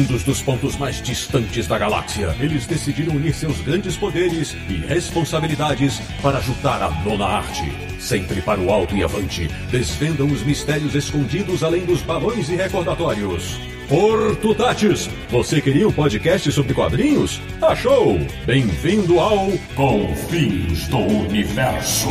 Vindos dos pontos mais distantes da galáxia, eles decidiram unir seus grandes poderes e responsabilidades para ajudar a nona arte. Sempre para o alto e avante, desvendam os mistérios escondidos além dos balões e recordatórios. Hortutatis, você queria um podcast sobre quadrinhos? Achou! Bem-vindo ao Confins do Universo.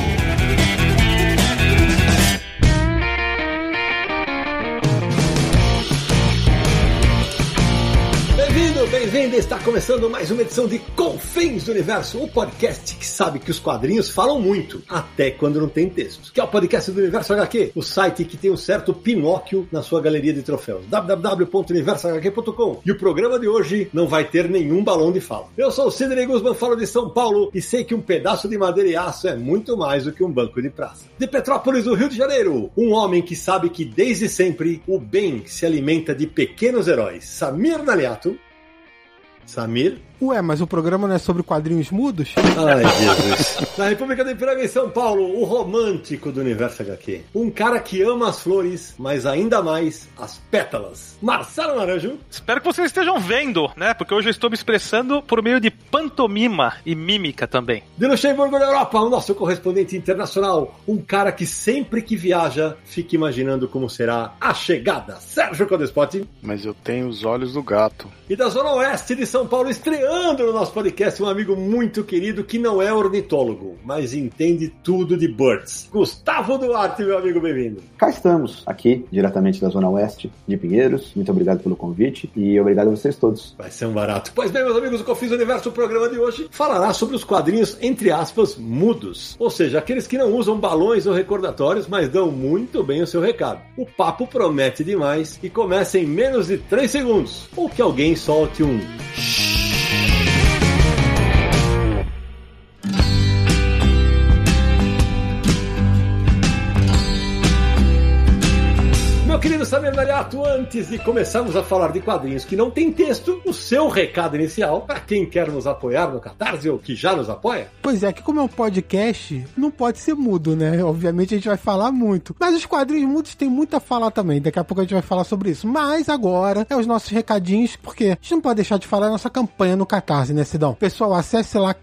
Bem-vindo! Está começando mais uma edição de Confins do Universo, o podcast que sabe que os quadrinhos falam muito, até quando não tem textos. Que é o podcast do Universo HQ, o site que tem um certo Pinóquio na sua galeria de troféus, www.universohq.com. E o programa de hoje não vai ter nenhum balão de fala. Eu sou o Sidney Guzman, falo de São Paulo e sei que um pedaço de madeira e aço é muito mais do que um banco de praça. De Petrópolis, do Rio de Janeiro, um homem que sabe que desde sempre o bem se alimenta de pequenos heróis, Samir Naliato. Samir? Ué, mas o programa não é sobre quadrinhos mudos? Ai, Jesus. Na República do Ipiranga, em São Paulo, o romântico do Universo HQ. Um cara que ama as flores, mas ainda mais as pétalas. Marcelo Naranjo. Espero que vocês estejam vendo, né? Porque hoje eu estou me expressando por meio de pantomima e mímica também. De Luxemburgo, da Europa, o nosso correspondente internacional. Um cara que sempre que viaja, fica imaginando como será a chegada. Sérgio Codespot. Mas eu tenho os olhos do gato. E da Zona Oeste de São Paulo, estreando no nosso podcast, um amigo muito querido que não é ornitólogo, mas entende tudo de birds. Gustavo Duarte, meu amigo, bem-vindo. Cá estamos, aqui, diretamente da Zona Oeste de Pinheiros. Muito obrigado pelo convite e obrigado a vocês todos. Vai ser um barato. Pois bem, meus amigos do Confins do Universo, o programa de hoje falará sobre os quadrinhos, entre aspas, mudos. Ou seja, aqueles que não usam balões ou recordatórios, mas dão muito bem o seu recado. O papo promete demais e começa em menos de 3 segundos. Ou que alguém solte um... Meu querido Samir Naliato, antes de começarmos a falar de quadrinhos que não tem texto, o seu recado inicial para quem quer nos apoiar no Catarse ou que já nos apoia? Pois é, que como é um podcast, não pode ser mudo, né? Obviamente a gente vai falar muito. Mas os quadrinhos mudos tem muito a falar também. Daqui a pouco a gente vai falar sobre isso. Mas agora é os nossos recadinhos, porque a gente não pode deixar de falar da nossa campanha no Catarse, né, Sidão? Pessoal, acesse lá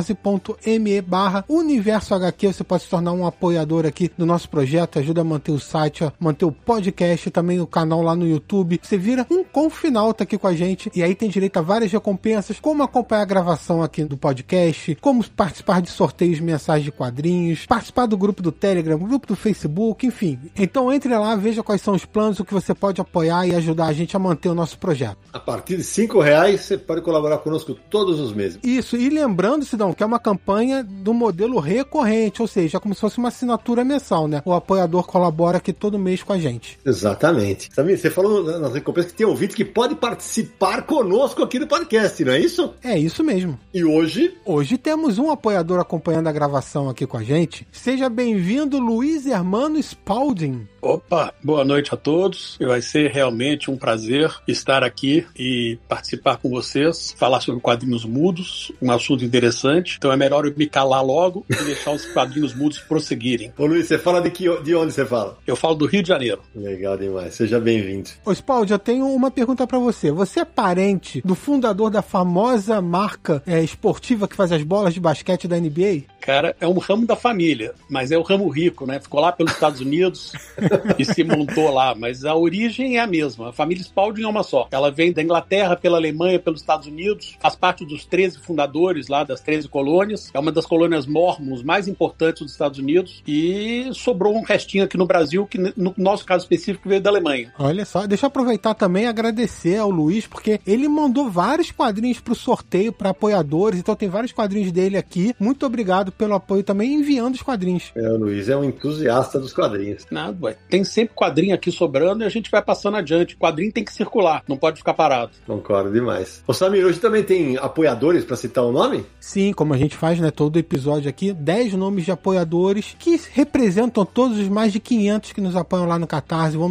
catarse.me/universohq. Você pode se tornar um apoiador aqui do nosso projeto, ajuda a manter o site, a manter o podcast, também o canal lá no YouTube. Você vira um confinalta aqui com a gente e aí tem direito a várias recompensas, como acompanhar a gravação aqui do podcast, como participar de sorteios mensais de quadrinhos, participar do grupo do Telegram, grupo do Facebook, enfim. Então entre lá, veja quais são os planos, o que você pode apoiar e ajudar a gente a manter o nosso projeto. A partir de R$5 você pode colaborar conosco todos os meses. Isso, e lembrando, Sidão, que é uma campanha do modelo recorrente, ou seja, como se fosse uma assinatura mensal, né? O apoiador colabora aqui todo mês com a gente. Exatamente. Samir, você falou nas recompensas que tem ouvinte que pode participar conosco aqui do podcast, não é isso? É isso mesmo. E hoje? Hoje temos um apoiador acompanhando a gravação aqui com a gente. Seja bem-vindo, Luiz Hermano Spalding. Opa, boa noite a todos. Vai ser realmente um prazer estar aqui e participar com vocês, falar sobre quadrinhos mudos, um assunto interessante. Então é melhor eu me calar logo e deixar os quadrinhos mudos prosseguirem. Ô Luiz, você fala de onde você fala? Eu falo do Rio de Janeiro. Legal demais, seja bem-vindo. Ô Spaldi, eu tenho uma pergunta pra você. Você é parente do fundador da famosa marca esportiva que faz as bolas de basquete da NBA? Cara, é um ramo da família, mas é o ramo rico, né? Ficou lá pelos Estados Unidos e se montou lá, mas a origem é a mesma. A família Spalding é uma só. Ela vem da Inglaterra, pela Alemanha, pelos Estados Unidos, faz parte dos 13 fundadores lá das 13 colônias, é uma das colônias mormons mais importantes dos Estados Unidos e sobrou um restinho aqui no Brasil, que no nosso caso específico veio da Alemanha. Olha só, deixa eu aproveitar também e agradecer ao Luiz, porque ele mandou vários quadrinhos pro sorteio para apoiadores, então tem vários quadrinhos dele aqui. Muito obrigado pelo apoio também, enviando os quadrinhos. O Luiz é um entusiasta dos quadrinhos. Nada, ué. Tem sempre quadrinho aqui sobrando e a gente vai passando adiante. O quadrinho tem que circular, não pode ficar parado. Concordo demais. Ô Samir, hoje também tem apoiadores para citar o nome? Sim, como a gente faz, né, todo episódio aqui, 10 nomes de apoiadores que representam todos os mais de 500 que nos apoiam lá no Catarse. Vamos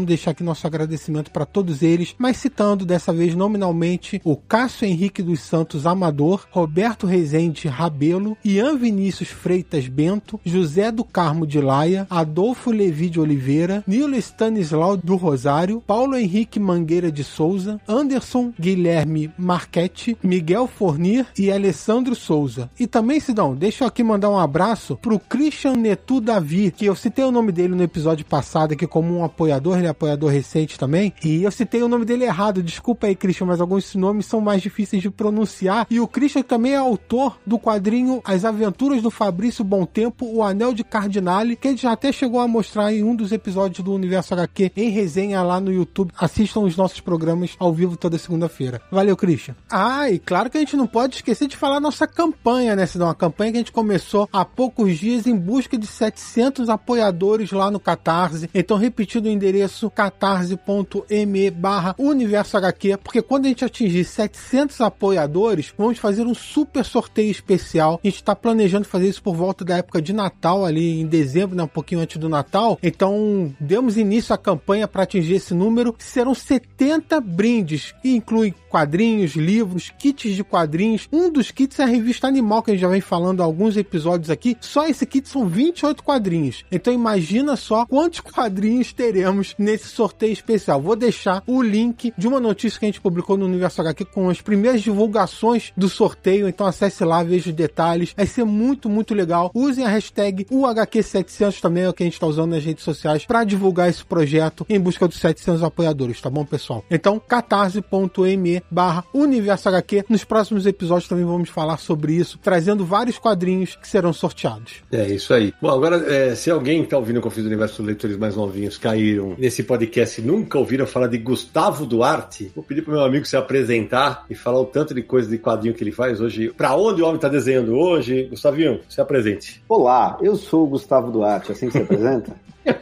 vamos deixar aqui nosso agradecimento para todos eles, mas citando dessa vez nominalmente o Cássio Henrique dos Santos Amador, Roberto Rezende Rabelo, Ian Vinícius Freitas Bento, José do Carmo de Laia, Adolfo Levi de Oliveira, Nilo Stanislau do Rosário, Paulo Henrique Mangueira de Souza, Anderson Guilherme Marchetti, Miguel Fornir e Alessandro Souza. E também, Sidão, deixa eu aqui mandar um abraço pro Christian Netu Davi, que eu citei o nome dele no episódio passado aqui como um apoiador, ele é apoiador recente também, e eu citei o nome dele errado, desculpa aí, Christian, mas alguns nomes são mais difíceis de pronunciar. E o Christian também é autor do quadrinho As Aventuras do Fabrício Bom Tempo, O Anel de Cardinale, que ele já até chegou a mostrar em um dos episódios do Universo HQ em resenha lá no YouTube. Assistam os nossos programas ao vivo toda segunda-feira. Valeu, Christian. Ah, e claro que a gente não pode esquecer de falar nossa campanha, né, Sidão? Uma campanha que a gente começou há poucos dias em busca de 700 apoiadores lá no Catarse. Então, repetindo o endereço catarse.me/Universo HQ, porque quando a gente atingir 700 apoiadores, vamos fazer um super sorteio especial. A gente está planejando fazer isso por volta da época de Natal, ali em dezembro, né, um pouquinho antes do Natal. Então, demos início à campanha para atingir esse número. Serão 70 brindes, que inclui quadrinhos, livros, kits de quadrinhos. Um dos kits é a revista Animal, que a gente já vem falando há alguns episódios aqui. Só esse kit são 28 quadrinhos. Então imagina só quantos quadrinhos teremos nesse sorteio especial. Vou deixar o link de uma notícia que a gente publicou no Universo HQ com as primeiras divulgações do sorteio. Então acesse lá, veja os detalhes. Vai ser muito, muito legal. Usem a hashtag UHQ700 também, é o que a gente está usando nas redes sociais para divulgar esse projeto em busca dos 700 apoiadores, tá bom, pessoal? Então, catarse.me/Universo HQ. Nos próximos episódios também vamos falar sobre isso, trazendo vários quadrinhos que serão sorteados. É isso aí. Bom, agora, se alguém está ouvindo o Confins do Universo, os leitores mais novinhos caíram nesse podcast e nunca ouviram falar de Gustavo Duarte, vou pedir pro meu amigo se apresentar e falar o tanto de coisa de quadrinho que ele faz hoje. Pra onde o homem está desenhando hoje? Gustavinho, se apresente. Olá, eu sou o Gustavo Duarte, assim que se apresenta?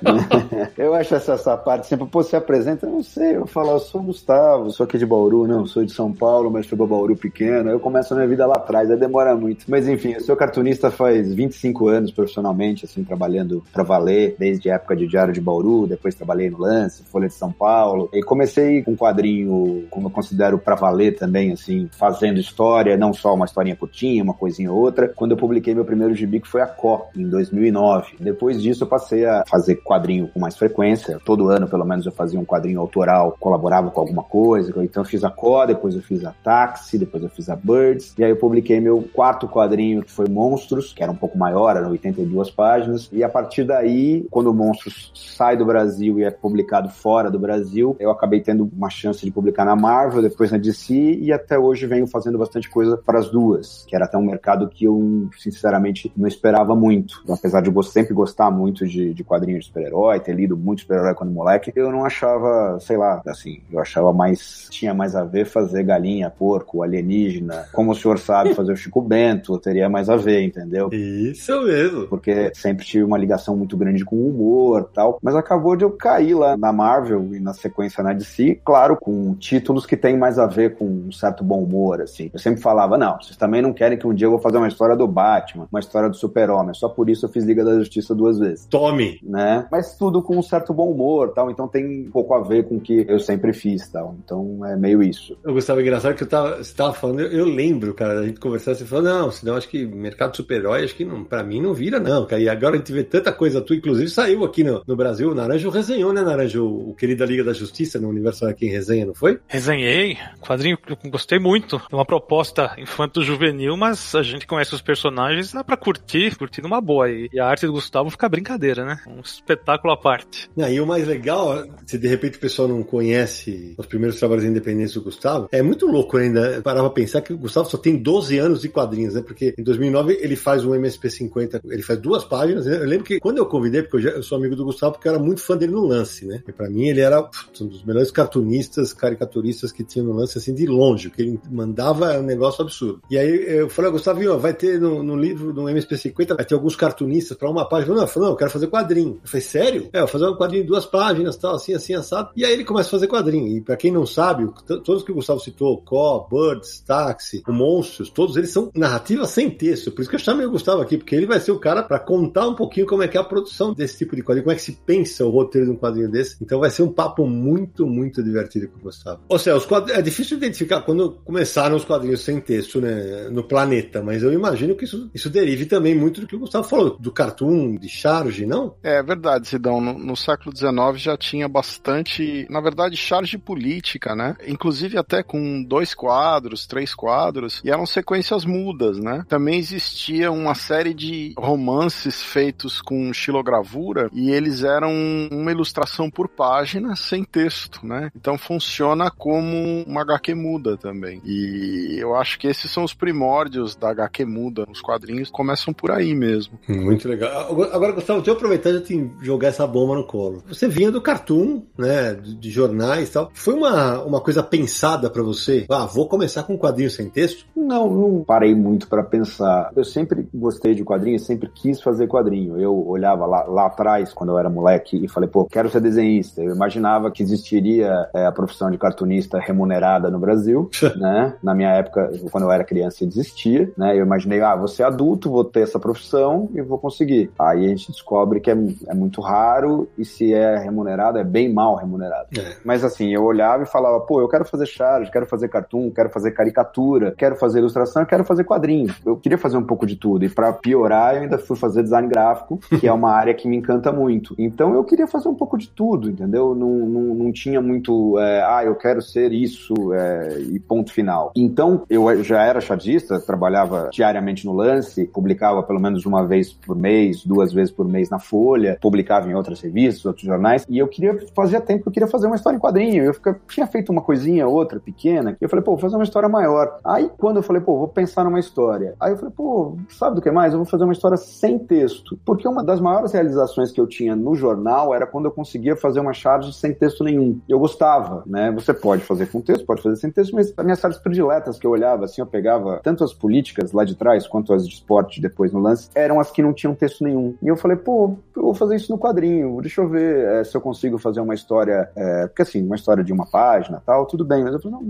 Eu acho essa parte sempre, pô, se apresenta, eu não sei, eu falo, eu sou o Gustavo, sou aqui de Bauru, não, sou de São Paulo, mas fui pra Bauru pequeno, eu começo a minha vida lá atrás, aí demora muito. Mas enfim, eu sou cartunista faz 25 anos profissionalmente, assim, trabalhando pra valer, desde a época de Diário de Bauru, depois trabalhei no Lance, Folha de São Paulo, e comecei com quadrinho, como eu considero pra valer também, assim, fazendo história, não só uma historinha curtinha, uma coisinha ou outra, quando eu publiquei meu primeiro gibi, que foi a Có, em 2009. Depois disso eu passei a fazer quadrinho com mais frequência, todo ano pelo menos eu fazia um quadrinho autoral, colaborava com alguma coisa, então eu fiz a Có, depois eu fiz a Táxi, depois eu fiz a Birds, e aí eu publiquei meu quarto quadrinho, que foi Monstros, que era um pouco maior, eram 82 páginas, e a partir daí, quando o Monstros sai do Brasil e é publicado fora do Brasil, eu acabei tendo uma chance de publicar na Marvel, depois na DC, e até hoje venho fazendo bastante coisa para as duas, que era até um mercado que eu, sinceramente, não esperava muito, apesar de eu sempre gostar muito de quadrinhos de super-herói, ter lido muito super-herói quando moleque, eu não achava, sei lá, assim, eu achava tinha mais a ver fazer galinha, porco, alienígena, como o senhor sabe fazer o Chico Bento, teria mais a ver, entendeu? Isso mesmo. Porque sempre tive uma ligação muito grande com o humor e tal, mas acabou de eu cair lá na Marvel e na sequência na DC, claro, com títulos que tem mais a ver com um certo bom humor, assim. Eu sempre falava, não, vocês também não querem que um dia eu vou fazer uma história do Batman, uma história do Super-Homem, só por isso eu fiz Liga da Justiça 2 vezes. Tome! Né? Mas tudo com um certo bom humor, tal, então tem um pouco a ver com o que eu sempre fiz, tal, então é meio isso. Eu gostava, engraçado que você tava falando, eu lembro, cara, a gente conversando, você falou, não, senão acho que mercado de super-herói, acho que não, pra mim não vira não, cara, e agora a gente vê tanta coisa tua, inclusive saiu aqui no Brasil, o Naranjo resenhou, né, Naranjo, o querido da Liga da Justiça no Universo aqui em resenha, não foi? Resenhei, quadrinho que eu gostei muito, é uma proposta infanto-juvenil, mas a gente conhece os personagens, dá pra curtir numa boa, e a arte do Gustavo fica brincadeira, né, um espetáculo à parte. E o mais legal, se de repente o pessoal não conhece os primeiros trabalhos independentes do Gustavo, é muito louco ainda parar pra pensar que o Gustavo só tem 12 anos de quadrinhos, né? Porque em 2009 ele faz um MSP50, ele faz 2 páginas, né? Eu lembro que quando eu convidei, porque eu sou amigo do Gustavo, porque eu era muito fã dele no Lance, né? E pra mim ele era um dos melhores cartunistas, caricaturistas que tinha no Lance, assim, de longe, o que ele mandava é um negócio absurdo. E aí eu falei, Gustavo, vai ter no livro, no MSP50, vai ter alguns cartunistas pra uma página. Não, eu falei, não, eu quero fazer quadrinho. Eu falei, sério? Eu vou fazer um quadrinho em 2 páginas, tal, assim, assado. E aí ele começa a fazer quadrinho. E pra quem não sabe, todos que o Gustavo citou, Có, Birds, Táxi, o Monstros, todos eles são narrativas sem texto. Por isso que eu chamei o Gustavo aqui, porque ele vai ser o cara pra contar um pouquinho como é que é a produção desse tipo de quadrinho, como é que se pensa o roteiro de um quadrinho desse. Então vai ser um papo muito, muito divertido com o Gustavo. Ou seja, é difícil identificar quando começaram os quadrinhos sem texto, né, no planeta, mas eu imagino que isso derive também muito do que o Gustavo falou, do cartoon, de charge, não? É verdade, Sidão. No século XIX já tinha bastante, na verdade, charge política, né? Inclusive até com 2 quadros, 3 quadros, e eram sequências mudas, né? Também existia uma série de romances feitos com xilogravura, e eles eram uma ilustração por página, sem texto, né? Então funciona como uma HQ muda também. E eu acho que esses são os primórdios da HQ muda. Os quadrinhos começam por aí mesmo. Muito legal. Agora, Gustavo, deixa eu aproveitar e te jogar essa bomba no colo. Você vinha do cartoon, né? De jornais e tal. Foi uma coisa pensada pra você? Vou começar com um quadrinho sem texto? Não parei muito pra pensar. Eu sempre gostei de quadrinhos, sempre quis fazer quadrinho. Eu olhava lá atrás, quando eu era moleque, e falei, quero ser desenhista. Eu imaginava que existiria a profissão de cartunista remunerada no Brasil, né? Na minha época, quando eu era criança, existia, né? Eu imaginei, vou ser adulto, vou ter essa profissão e vou conseguir. Aí a gente descobre que é muito raro, e se é remunerado, é bem mal remunerado. Mas assim, eu olhava e falava, eu quero fazer charge, quero fazer cartoon, quero fazer caricatura, quero fazer ilustração, quero fazer quadrinho. Eu queria fazer um pouco de tudo, e pra piorar, eu ainda fui fazer design gráfico, que é uma área que me encanta muito. Então eu queria fazer um pouco de tudo, entendeu? Não tinha muito, eu quero ser isso, e ponto final. Então, eu já era chargista, trabalhava diariamente no Lance, publicava pelo menos uma vez por mês, 2 vezes por mês na Folha, publicava em outras revistas, outros jornais, e fazia tempo que eu queria fazer uma história em quadrinho. Eu tinha feito uma coisinha, outra, pequena, e eu falei, vou fazer uma história maior. Aí, quando eu falei, vou pensar numa história, aí eu falei, sabe do que mais? Eu vou fazer uma história sem texto. Porque uma das maiores realizações que eu tinha no jornal era quando eu conseguia fazer uma charge sem texto nenhum. Eu gostava, né? Você pode fazer com texto, pode fazer sem texto, mas as minhas charges prediletas que eu olhava, assim, eu pegava tanto as políticas lá de trás, quanto as de esporte depois no Lance, eram as que não tinham texto nenhum. E eu falei, eu vou fazer isso no quadrinho, deixa eu ver se eu consigo fazer uma história, porque assim, uma história de 1 página, tal, tudo bem, mas eu falei,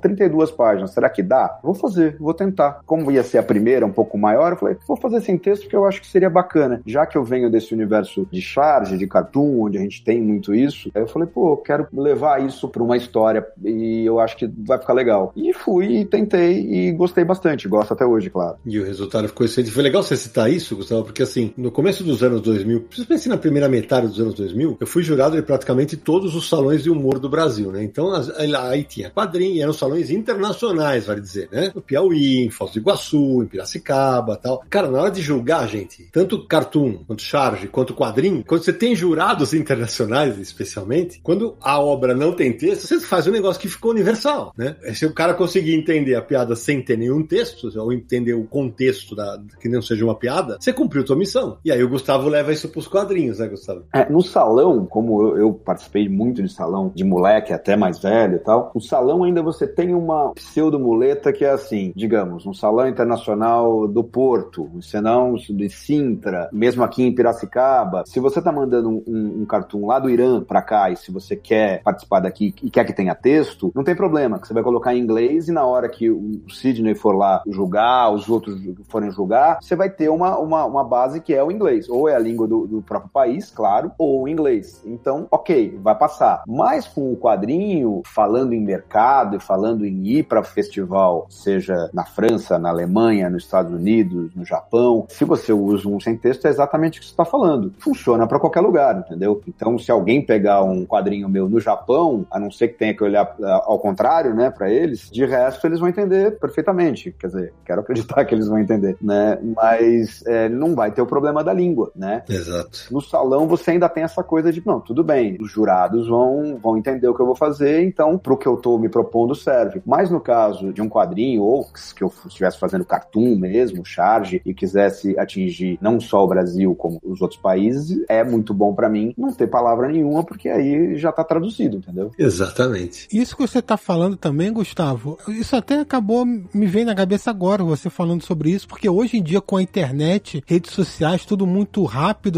32 páginas, será que dá? Vou fazer, vou tentar. Como ia ser a primeira, um pouco maior, eu falei, vou fazer sem texto, porque eu acho que seria bacana. Já que eu venho desse universo de charge, de cartoon, onde a gente tem muito isso, aí eu falei, quero levar isso pra uma história, e eu acho que vai ficar legal. E fui, tentei, e gostei bastante, gosto até hoje, claro. E o resultado ficou excelente. Foi legal você citar isso, Gustavo, porque assim, no começo dos anos 2000, principalmente na primeira metade dos anos 2000, eu fui jurado de praticamente todos os salões de humor do Brasil, né? Então, aí tinha quadrinho, eram salões internacionais, vale dizer, né? No Piauí, em Foz do Iguaçu, em Piracicaba, tal. Cara, na hora de julgar, gente, tanto cartoon, quanto charge, quanto quadrinho, quando você tem jurados internacionais, especialmente, quando a obra não tem texto, você faz um negócio que ficou universal, né? Se o cara conseguir entender a piada sem ter nenhum texto, ou entender o contexto que não seja uma piada, você cumpriu a tua missão. E aí o Gustavo leva isso pros quadrinhos, né, Gustavo? No salão, como eu participei muito de salão, de moleque até mais velho e tal, no salão ainda você tem uma pseudo-muleta que é assim, digamos, um salão internacional do Porto, um salão de Sintra, mesmo aqui em Piracicaba, se você tá mandando um cartoon lá do Irã pra cá, e se você quer participar daqui e quer que tenha texto, não tem problema, que você vai colocar em inglês, e na hora que o Sidney for lá julgar, os outros forem julgar, você vai ter uma base que é o inglês, ou é a língua do próprio país, claro, ou o inglês. Então, ok, vai passar. Mas com o quadrinho, falando em mercado e falando em ir para festival, seja na França, na Alemanha, nos Estados Unidos, no Japão, se você usa um sem texto, é exatamente o que você está falando. Funciona para qualquer lugar, entendeu? Então, se alguém pegar um quadrinho meu no Japão, a não ser que tenha que olhar ao contrário, né, para eles, de resto eles vão entender perfeitamente. Quer dizer, quero acreditar que eles vão entender, né? Mas não vai ter o problema da língua, né? Exato. No salão você ainda tem essa coisa de, não, tudo bem, os jurados vão entender o que eu vou fazer, então pro que eu tô me propondo serve. Mas no caso de um quadrinho, ou que eu estivesse fazendo cartoon mesmo, charge, e quisesse atingir não só o Brasil, como os outros países, é muito bom pra mim não ter palavra nenhuma, porque aí já tá traduzido, entendeu? Exatamente. Isso que você tá falando também, Gustavo, isso até acabou me vendo na cabeça agora, você falando sobre isso, porque hoje em dia com a internet, redes sociais, tudo muito rápido, né? Uma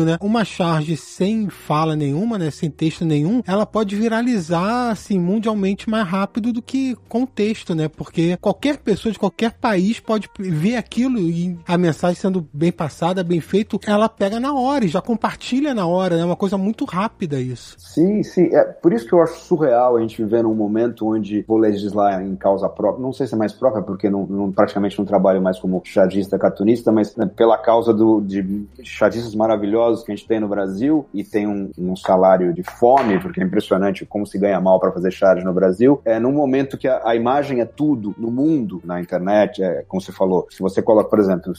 charge sem fala nenhuma, né, sem texto nenhum, ela pode viralizar, assim, mundialmente mais rápido do que com texto, né, porque qualquer pessoa de qualquer país pode ver aquilo e a mensagem sendo bem passada, bem feito, ela pega na hora e já compartilha na hora, né, é uma coisa muito rápida isso. Sim, é por isso que eu acho surreal a gente viver num momento onde vou legislar em causa própria, não sei se é mais própria, porque praticamente não trabalho mais como chargista, cartunista, mas pela causa de chargistas maravilhosos que a gente tem no Brasil e tem um salário de fome, porque é impressionante como se ganha mal para fazer charge no Brasil, num momento que a imagem é tudo no mundo, na internet, como você falou, se você coloca, por exemplo,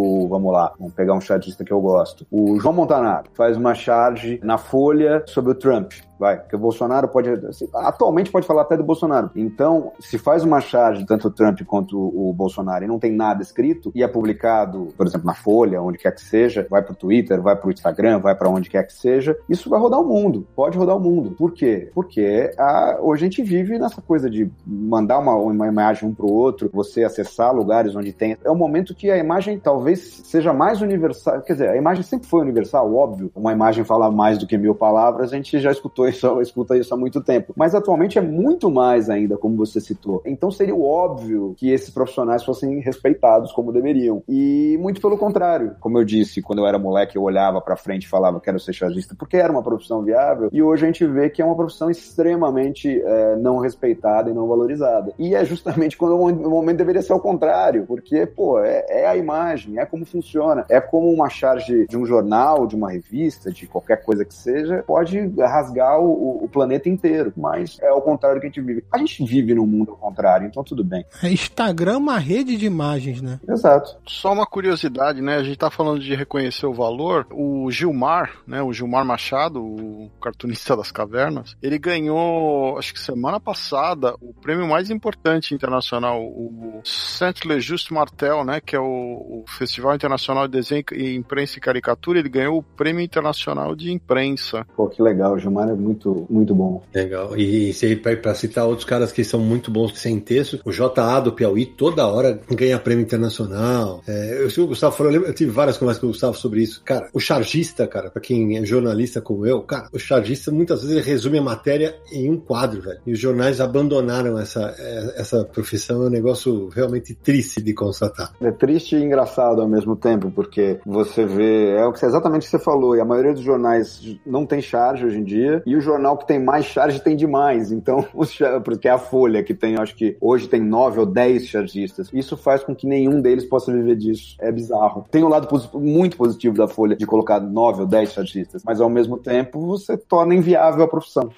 vamos pegar um chargista que eu gosto, o João Montanaro faz uma charge na Folha sobre o Trump, porque o Bolsonaro atualmente pode falar até do Bolsonaro. Então, se faz uma charge, tanto o Trump quanto o Bolsonaro, e não tem nada escrito, e é publicado, por exemplo, na Folha, onde quer que seja, vai pro Twitter, vai pro Instagram, vai pra onde quer que seja, isso vai rodar o mundo, pode rodar o mundo. Por quê? Porque hoje a gente vive nessa coisa de mandar uma imagem um pro outro, você acessar lugares onde tem... É um momento que a imagem talvez seja mais universal, quer dizer, a imagem sempre foi universal, óbvio, uma imagem fala mais do que 1000 palavras, a gente já escuta isso há muito tempo. Mas atualmente é muito mais ainda, como você citou. Então seria óbvio que esses profissionais fossem respeitados como deveriam. E muito pelo contrário. Como eu disse, quando eu era moleque, eu olhava pra frente e falava quero ser chargista, porque era uma profissão viável. E hoje a gente vê que é uma profissão extremamente não respeitada e não valorizada. E é justamente quando o momento deveria ser ao contrário. Porque, é a imagem, é como funciona. É como uma charge de um jornal, de uma revista, de qualquer coisa que seja, pode rasgar o planeta inteiro, mas é ao contrário que a gente vive. A gente vive num mundo ao contrário, então tudo bem. Instagram é uma rede de imagens, né? Exato. Só uma curiosidade, né? A gente tá falando de reconhecer o valor. O Gilmar, né? O Gilmar Machado, o cartunista das cavernas, ele ganhou, acho que semana passada, o prêmio mais importante internacional, o Saint-Just Martel, né? Que é o Festival Internacional de Desenho e Imprensa e Caricatura. Ele ganhou o Prêmio Internacional de Imprensa. Pô, que legal, o Gilmar é muito, muito bom. Legal. E para citar outros caras que são muito bons sem texto, o JA do Piauí toda hora ganha prêmio internacional. O Gustavo falou, eu tive várias conversas com o Gustavo sobre isso. Cara, o chargista, cara, pra quem é jornalista como eu, cara, o chargista muitas vezes ele resume a matéria em um quadro, velho. E os jornais abandonaram essa profissão, é um negócio realmente triste de constatar. É triste e engraçado ao mesmo tempo, porque você vê, exatamente o que você falou, e a maioria dos jornais não tem charge hoje em dia, e o jornal que tem mais charge tem demais, então, porque é a Folha que tem, acho que hoje tem 9 ou 10 chargistas, isso faz com que nenhum deles possa viver disso, é bizarro. Tem um lado muito positivo da Folha de colocar 9 ou 10 chargistas, mas ao mesmo tempo você torna inviável a profissão.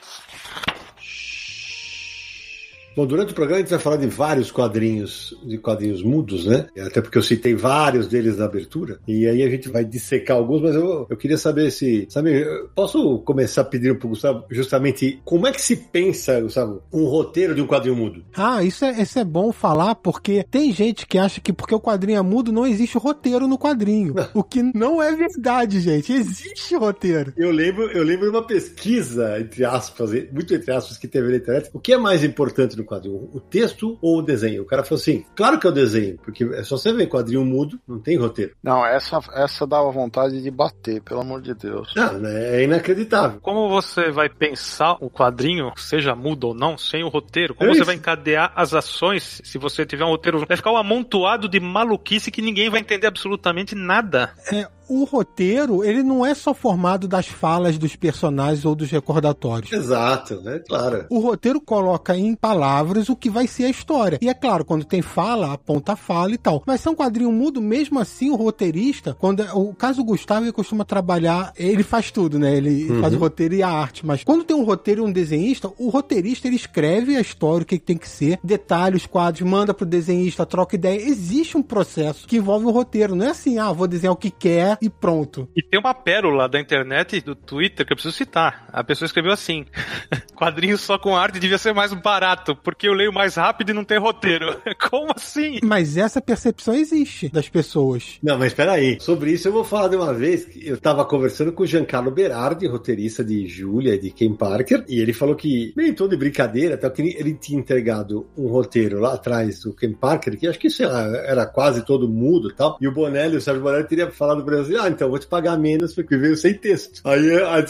Bom, durante o programa a gente vai falar de vários quadrinhos mudos, né? Até porque eu citei vários deles na abertura. E aí a gente vai dissecar alguns, mas eu queria saber posso começar pedindo pro Gustavo justamente como é que se pensa, Gustavo, um roteiro de um quadrinho mudo? Isso é bom falar, porque tem gente que acha que porque o quadrinho é mudo não existe roteiro no quadrinho. O que não é verdade, gente. Existe roteiro. Eu lembro de uma pesquisa, muito entre aspas, que teve na internet. O que é mais importante no quadrinho, o texto ou o desenho? O cara falou assim, claro que é o desenho, porque é só você ver quadrinho mudo, não tem roteiro. Não, essa dava vontade de bater, pelo amor de Deus. Não, é inacreditável. Como você vai pensar o quadrinho, seja mudo ou não, sem o roteiro? Como você vai encadear as ações se você tiver um roteiro? Vai ficar um amontoado de maluquice que ninguém vai entender absolutamente nada. O roteiro, ele não é só formado das falas dos personagens ou dos recordatórios. Exato, né? Claro. O roteiro coloca em palavras o que vai ser a história. E é claro, quando tem fala, aponta a fala e tal. Mas se é um quadrinho mudo, mesmo assim, o roteirista, o caso Gustavo, ele costuma trabalhar, ele faz tudo, né? Ele faz o roteiro e a arte. Mas quando tem um roteiro e um desenhista, o roteirista, ele escreve a história, o que tem que ser, detalha os quadros, manda pro desenhista, troca ideia. Existe um processo que envolve o roteiro. Não é assim, vou desenhar o que quer e pronto. E tem uma pérola da internet e do Twitter que eu preciso citar. A pessoa escreveu assim: quadrinho só com arte devia ser mais barato, porque eu leio mais rápido e não tem roteiro. Como assim? Mas essa percepção existe das pessoas. Não, mas peraí. Sobre isso eu vou falar de uma vez que eu tava conversando com o Giancarlo Berardi, roteirista de Júlia e de Ken Parker, e ele falou que, meio todo de brincadeira, até que ele tinha entregado um roteiro lá atrás do Ken Parker, que acho que, sei lá, era quase todo mudo e tal, e o Bonelli, o Sérgio Bonelli, teria falado pra ele assim, então vou te pagar menos porque veio sem texto. Aí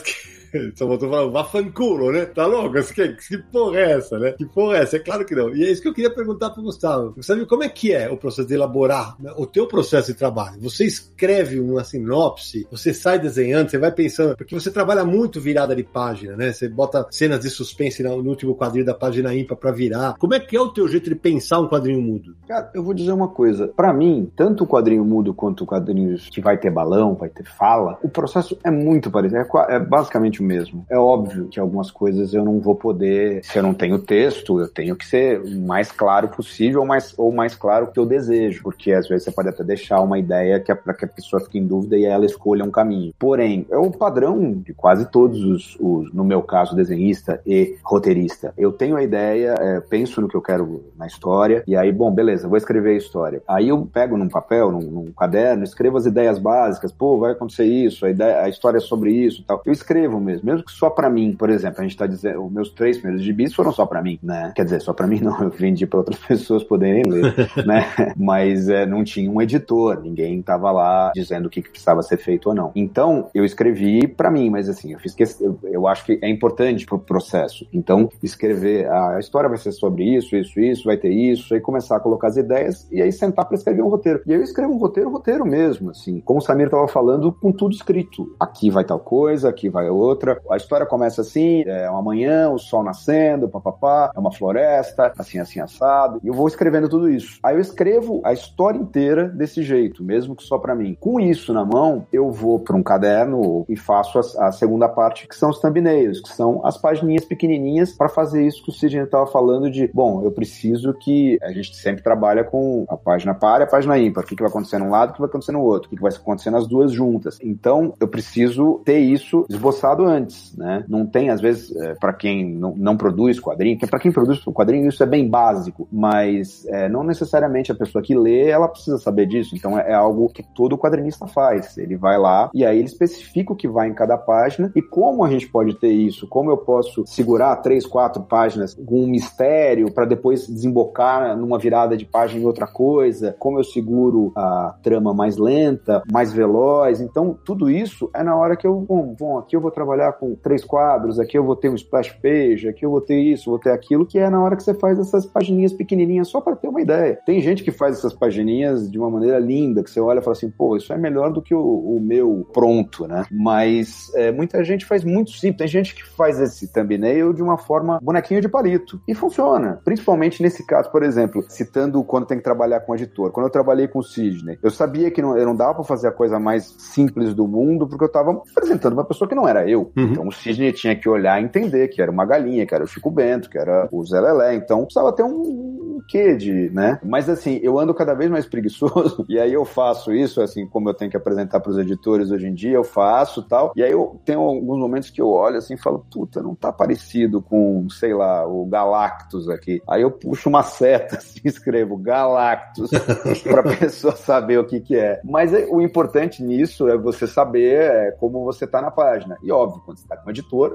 só voltou falando, vafanculo, né? Tá louco? Que porra é essa, né? Que porra é essa? É claro que não. E é isso que eu queria perguntar pro Gustavo. Você sabe como é que é o processo de elaborar, né, o teu processo de trabalho? Você escreve uma sinopse, você sai desenhando, você vai pensando, porque você trabalha muito virada de página, né? Você bota cenas de suspense no último quadrinho da página ímpar pra virar. Como é que é o teu jeito de pensar um quadrinho mudo? Cara, eu vou dizer uma coisa. Pra mim, tanto o quadrinho mudo quanto o quadrinho que vai ter balão, vai ter fala, o processo é muito parecido. É basicamente mesmo. É óbvio que algumas coisas eu não vou poder, se eu não tenho texto, eu tenho que ser o mais claro possível ou mais claro que eu desejo, porque às vezes você pode até deixar uma ideia para que a pessoa fique em dúvida e ela escolha um caminho. Porém, é o padrão de quase todos no meu caso, desenhista e roteirista. Eu tenho a ideia, penso no que eu quero na história, e aí, bom, beleza, vou escrever a história. Aí eu pego num papel, num caderno, escrevo as ideias básicas, vai acontecer isso, a história é sobre isso e tal. Eu escrevo mesmo que só pra mim, por exemplo, a gente tá dizendo, os meus 3 primeiros gibis foram só pra mim, né? Quer dizer, só pra mim não, eu vendi pra outras pessoas poderem ler, né? Mas não tinha um editor, ninguém tava lá dizendo o que precisava ser feito ou não. Então, eu escrevi pra mim, mas assim, eu acho que é importante pro processo. Então, escrever, a história vai ser sobre isso, vai ter isso, aí começar a colocar as ideias e aí sentar pra escrever um roteiro. E aí eu escrevo um roteiro mesmo, assim, como o Samir tava falando, com tudo escrito. Aqui vai tal coisa, aqui vai outra. A história começa assim, uma manhã, o sol nascendo, é uma floresta, assim, assado. E eu vou escrevendo tudo isso. Aí eu escrevo a história inteira desse jeito, mesmo que só pra mim. Com isso na mão, eu vou pra um caderno e faço a segunda parte, que são os thumbnails, que são as pagininhas pequenininhas pra fazer isso que o Sidney tava falando de, bom, eu preciso que a gente sempre trabalha com a página par e a página ímpar. O que vai acontecer num lado, o que vai acontecer no outro, o que vai acontecer nas duas juntas. Então, eu preciso ter isso esboçado antes, né? Não tem, às vezes, para quem não produz quadrinho, que para quem produz quadrinho isso é bem básico, mas não necessariamente a pessoa que lê, ela precisa saber disso, então é algo que todo quadrinista faz, ele vai lá e aí ele especifica o que vai em cada página e como a gente pode ter isso, como eu posso segurar 3, 4 páginas com um mistério para depois desembocar numa virada de página em outra coisa, como eu seguro a trama mais lenta, mais veloz, então tudo isso é na hora que eu, aqui eu vou trabalhar com 3 quadros, aqui eu vou ter um splash page, aqui eu vou ter isso, vou ter aquilo, que é na hora que você faz essas pagininhas pequenininhas só para ter uma ideia. Tem gente que faz essas pagininhas de uma maneira linda, que você olha e fala assim, isso é melhor do que o meu pronto, né? Mas muita gente faz muito simples. Tem gente que faz esse thumbnail de uma forma bonequinho de palito. E funciona. Principalmente nesse caso, por exemplo, citando quando tem que trabalhar com editor. Quando eu trabalhei com o Sidney, eu sabia que eu não dava para fazer a coisa mais simples do mundo, porque eu estava apresentando uma pessoa que não era eu. Então o Sidney tinha que olhar e entender que era uma galinha, que era o Chico Bento, que era o Zé Lelé. Então precisava ter um quê de, né? Mas assim, eu ando cada vez mais preguiçoso e aí eu faço isso, assim, como eu tenho que apresentar para os editores hoje em dia, eu faço tal. E aí eu tenho alguns momentos que eu olho assim e falo, puta, não tá parecido com, sei lá, o Galactus aqui. Aí eu puxo uma seta assim, escrevo Galactus pra pessoa saber o que é. Mas o importante nisso é você saber como você tá na página. E óbvio, quando você tá com o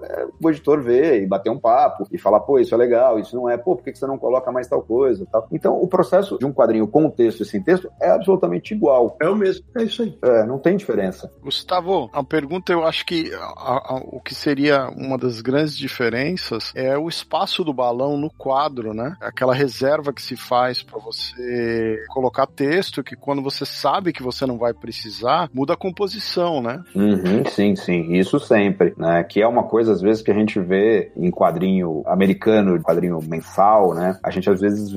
editor vê e bater um papo e falar, isso é legal, isso não é, por que você não coloca mais tal coisa e tal. Então, o processo de um quadrinho com texto e sem texto é absolutamente igual. É o mesmo, é isso aí. Não tem diferença. Gustavo, a pergunta, eu acho que o que seria uma das grandes diferenças é o espaço do balão no quadro, né? Aquela reserva que se faz para você colocar texto, que quando você sabe que você não vai precisar, muda a composição, né? Sim, isso sempre, né? Que é uma coisa, às vezes, que a gente vê em quadrinho americano, quadrinho mensal, né? A gente, às vezes, vê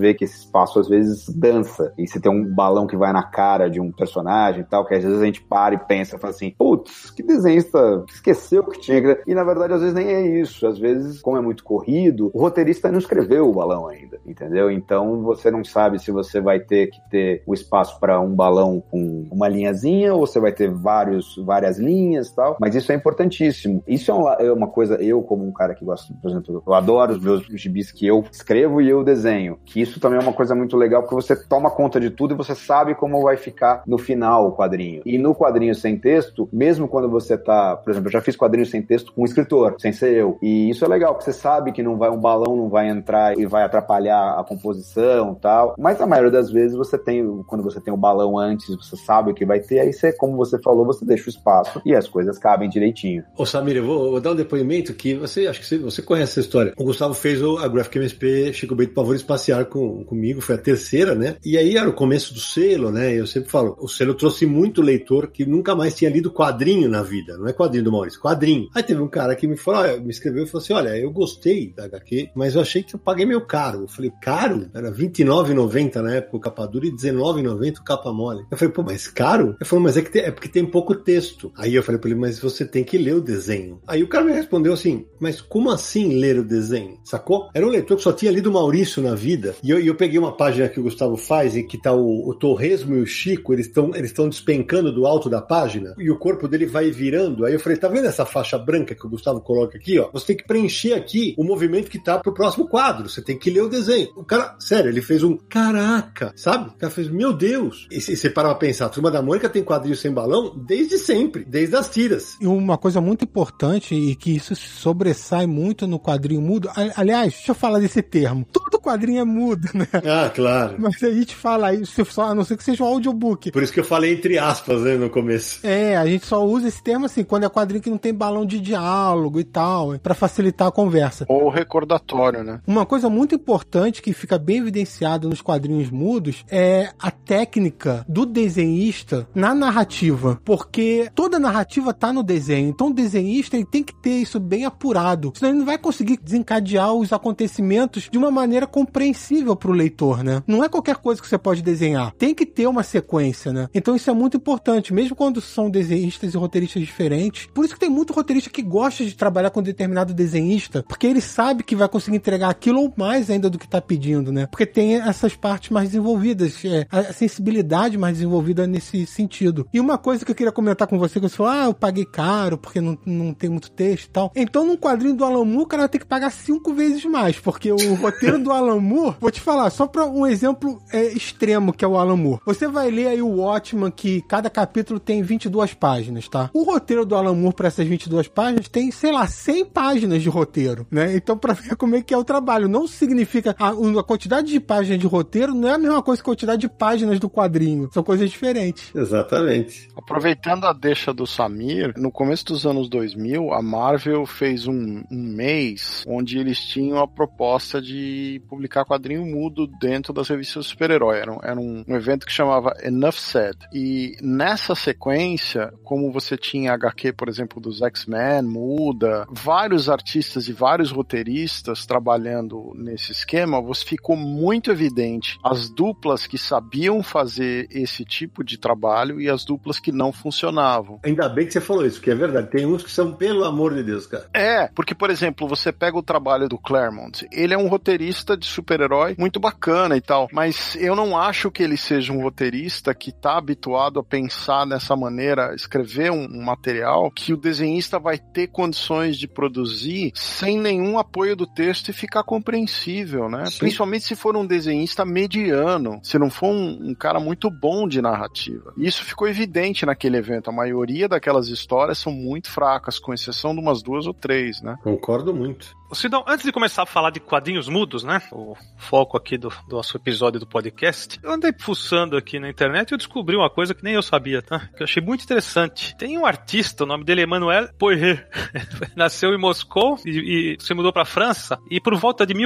vê que esse espaço às vezes dança, e você tem um balão que vai na cara de um personagem e tal, que às vezes a gente para e pensa, fala assim, putz, que desenhista esqueceu que tinha, e na verdade às vezes nem é isso, às vezes, como é muito corrido, o roteirista não escreveu o balão ainda, entendeu? Então você não sabe se você vai ter que ter o espaço para um balão com uma linhazinha, ou você vai ter várias linhas e tal, mas isso é importantíssimo. Isso é uma coisa, eu como um cara que gosta, por exemplo, eu adoro os meus gibis que eu escrevo e eu desenho, que isso também é uma coisa muito legal, porque você toma conta de tudo e você sabe como vai ficar no final o quadrinho. E no quadrinho sem texto, mesmo quando você tá, por exemplo, eu já fiz quadrinho sem texto com um escritor, sem ser eu, e isso é legal, porque você sabe que um balão não vai entrar e vai atrapalhar a composição e tal, mas na maioria das vezes quando você tem o balão antes, você sabe o que vai ter, aí você, como você falou, você deixa o espaço e as coisas cabem direitinho. Ô Samir, eu vou dar um depoimento que acho que você conhece essa história. O Gustavo fez a Graphic MSP Chico Bento Pavor Espacial comigo, foi a terceira, né? E aí era o começo do selo, né? Eu sempre falo, o selo trouxe muito leitor que nunca mais tinha lido quadrinho na vida, não é quadrinho do Maurício, quadrinho. Aí teve um cara que me escreveu e falou assim, olha, eu gostei da HQ, mas eu achei que eu paguei meio caro. Eu falei, caro? Era R$29,90 na época o capa dura e R$19,90 o capa mole. Eu falei, pô, mas caro? Ele falou, mas é porque tem pouco texto. Aí eu falei pra ele, mas você tem que ler o desenho. Aí o cara me respondeu assim, mas como assim ler o desenho? Sacou? Era um leitor que só tinha lido Maurício na vida. E eu peguei uma página que o Gustavo faz em que tá o Torresmo e o Chico, eles estão despencando do alto da página e o corpo dele vai virando. Aí eu falei, tá vendo essa faixa branca que o Gustavo coloca aqui, ó? Você tem que preencher aqui o movimento que tá pro próximo quadro. Você tem que ler o desenho. O cara, sério, ele fez um caraca, sabe? O cara fez, meu Deus. E você para pra pensar, a Turma da Mônica tem quadrinho sem balão desde sempre, desde as tiras. E uma coisa muito importante e que isso sobressai muito no quadrinho mudo, aliás, deixa eu falar desse termo. Todo quadrinho é mudo, né? Ah, claro. Mas a gente fala isso, a não ser que seja um audiobook. Por isso que eu falei entre aspas, né, no começo. A gente só usa esse termo assim, quando é quadrinho que não tem balão de diálogo e tal, pra facilitar a conversa. Ou recordatório, né? Uma coisa muito importante que fica bem evidenciada nos quadrinhos mudos é a técnica do desenhista na narrativa, porque toda narrativa tá no desenho, então o desenhista ele tem que ter isso bem apurado, senão ele não vai conseguir desencadear os acontecimentos de uma maneira compreensível pro leitor, né? Não é qualquer coisa que você pode desenhar, tem que ter uma sequência, né? Então isso é muito importante, mesmo quando são desenhistas e roteiristas diferentes. Por isso que tem muito roteirista que gosta de trabalhar com determinado desenhista, porque ele sabe que vai conseguir entregar aquilo ou mais ainda do que tá pedindo, né? Porque tem essas partes mais desenvolvidas, a sensibilidade mais desenvolvida nesse sentido. E uma coisa que eu queria comentar com você, que você falou, eu paguei caro, porque não tem muito texto e tal. Então, num quadrinho do Alan Moore, o cara vai ter que pagar 5 vezes mais, porque o roteiro do Alan Moore, vou te falar, só pra um exemplo extremo que é o Alan Moore. Você vai ler aí o Watchmen, que cada capítulo tem 22 páginas, tá? O roteiro do Alan Moore pra essas 22 páginas tem, sei lá, 100 páginas de roteiro, né? Então, pra ver como é que é o trabalho, não significa a quantidade de páginas de roteiro não é a mesma coisa que a quantidade de páginas do quadrinho. São coisas diferentes. Exatamente. Aproveitando a deixa do Samir, no começo dos anos 2000, a Marvel fez um mês onde eles tinham a proposta de publicar quadrinho mudo dentro das revistas de super-herói. Era um evento que chamava Enough Said. E nessa sequência, como você tinha HQ, por exemplo, dos X-Men, muda, vários artistas e vários roteiristas trabalhando nesse esquema, ficou muito evidente as duplas que sabiam fazer esse tipo de trabalho e as duplas que não funcionavam. Ainda bem que você falou isso, porque é verdade. Tem uns que são, pelo amor de Deus, cara. Porque, por exemplo, você pega o trabalho do Claremont. Ele é um roteirista de super-herói muito bacana e tal, mas eu não acho que ele seja um roteirista que tá habituado a pensar dessa maneira, escrever um material que o desenhista vai ter condições de produzir sem nenhum apoio do texto e ficar compreensível, né? Sim. Principalmente se for um desenhista mediano, se não for um cara muito bom de narrativa. E isso ficou evidente naquele evento. A maioria daquelas histórias são muito fracas, com exceção de umas 2 ou 3, né? Concordo muito. Sidão, antes de começar a falar de quadrinhos mudos, né, o foco aqui do nosso episódio do podcast, eu andei fuçando aqui na internet e eu descobri uma coisa que nem eu sabia, tá? Que eu achei muito interessante. Tem um artista, o nome dele é Emmanuel Poiré. Nasceu em Moscou e se mudou pra França, e por volta de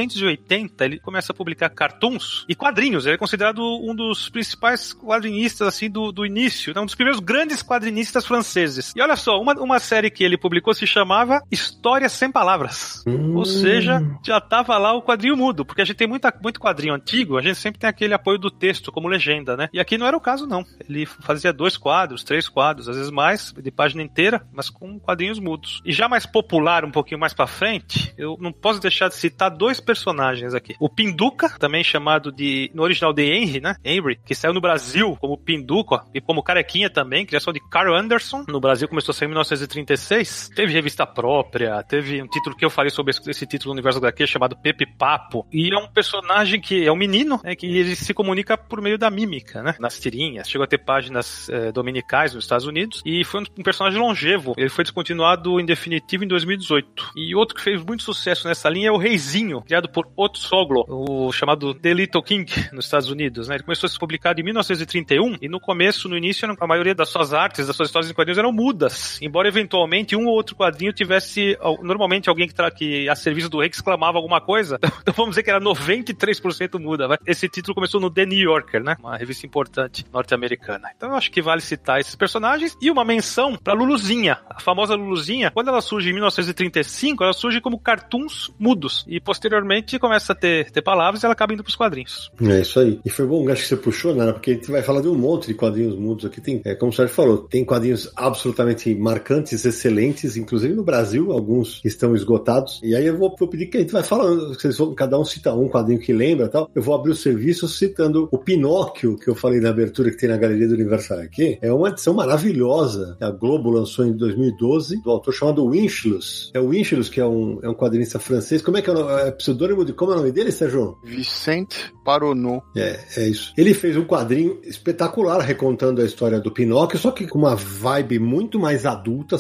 1880 ele começa a publicar cartoons e quadrinhos. Ele é considerado um dos principais quadrinistas, assim, do início, um dos primeiros grandes quadrinistas franceses. E olha só, uma série que ele publicou se chamava Histórias Sem Palavras. mudas. Ou seja, já tava lá o quadrinho mudo, porque a gente tem muito quadrinho antigo, a gente sempre tem aquele apoio do texto como legenda, né? E aqui não era o caso, não. Ele fazia 2 quadros, 3 quadros, às vezes mais, de página inteira, mas com quadrinhos mudos. E já mais popular, um pouquinho mais pra frente, eu não posso deixar de citar 2 personagens aqui. O Pinduca, também chamado no original de Henry, né? Henry, que saiu no Brasil como Pinduca e como Carequinha também, criação de Carl Anderson. No Brasil começou a sair em 1936. Teve revista própria, teve um título que eu falei sobre esse título do Universo HQ chamado Pepe Papo. E é um personagem que é um menino, né? Que ele se comunica por meio da mímica, né? Nas tirinhas. Chegou a ter páginas dominicais nos Estados Unidos e foi um personagem longevo. Ele foi descontinuado em definitivo em 2018. E outro que fez muito sucesso nessa linha é o Reizinho, criado por Otto Soglo, o chamado The Little King nos Estados Unidos, né? Ele começou a ser publicado em 1931 e no início, a maioria das suas artes, das suas histórias em quadrinhos eram mudas, embora eventualmente um ou outro quadrinho tivesse, normalmente alguém que a serviço do rei que exclamava alguma coisa, então vamos dizer que era 93% muda. Esse título começou no The New Yorker, né? Uma revista importante norte-americana. Então eu acho que vale citar esses personagens e uma menção pra Luluzinha. A famosa Luluzinha, quando ela surge em 1935, ela surge como cartoons mudos e posteriormente começa a ter palavras e ela acaba indo pros quadrinhos. É isso aí. E foi bom, acho que você puxou, né? Porque a gente vai falar de um monte de quadrinhos mudos aqui. Tem, como o Sérgio falou, tem quadrinhos absolutamente marcantes, excelentes, inclusive no Brasil, alguns estão esgotados. E aí eu vou pedir que a gente vai falando, cada um cita um quadrinho que lembra e tal. Eu vou abrir o serviço citando o Pinóquio, que eu falei na abertura, que tem na Galeria do Universal aqui. É uma edição maravilhosa que a Globo lançou em 2012, do autor chamado Winchilus. É o Winchilus, que é um quadrinista francês. Como é que é o nome? É pseudônimo de... Como é o nome dele, Sérgio? Vicente Paronot. É isso. Ele fez um quadrinho espetacular recontando a história do Pinóquio, só que com uma vibe muito mais adulta,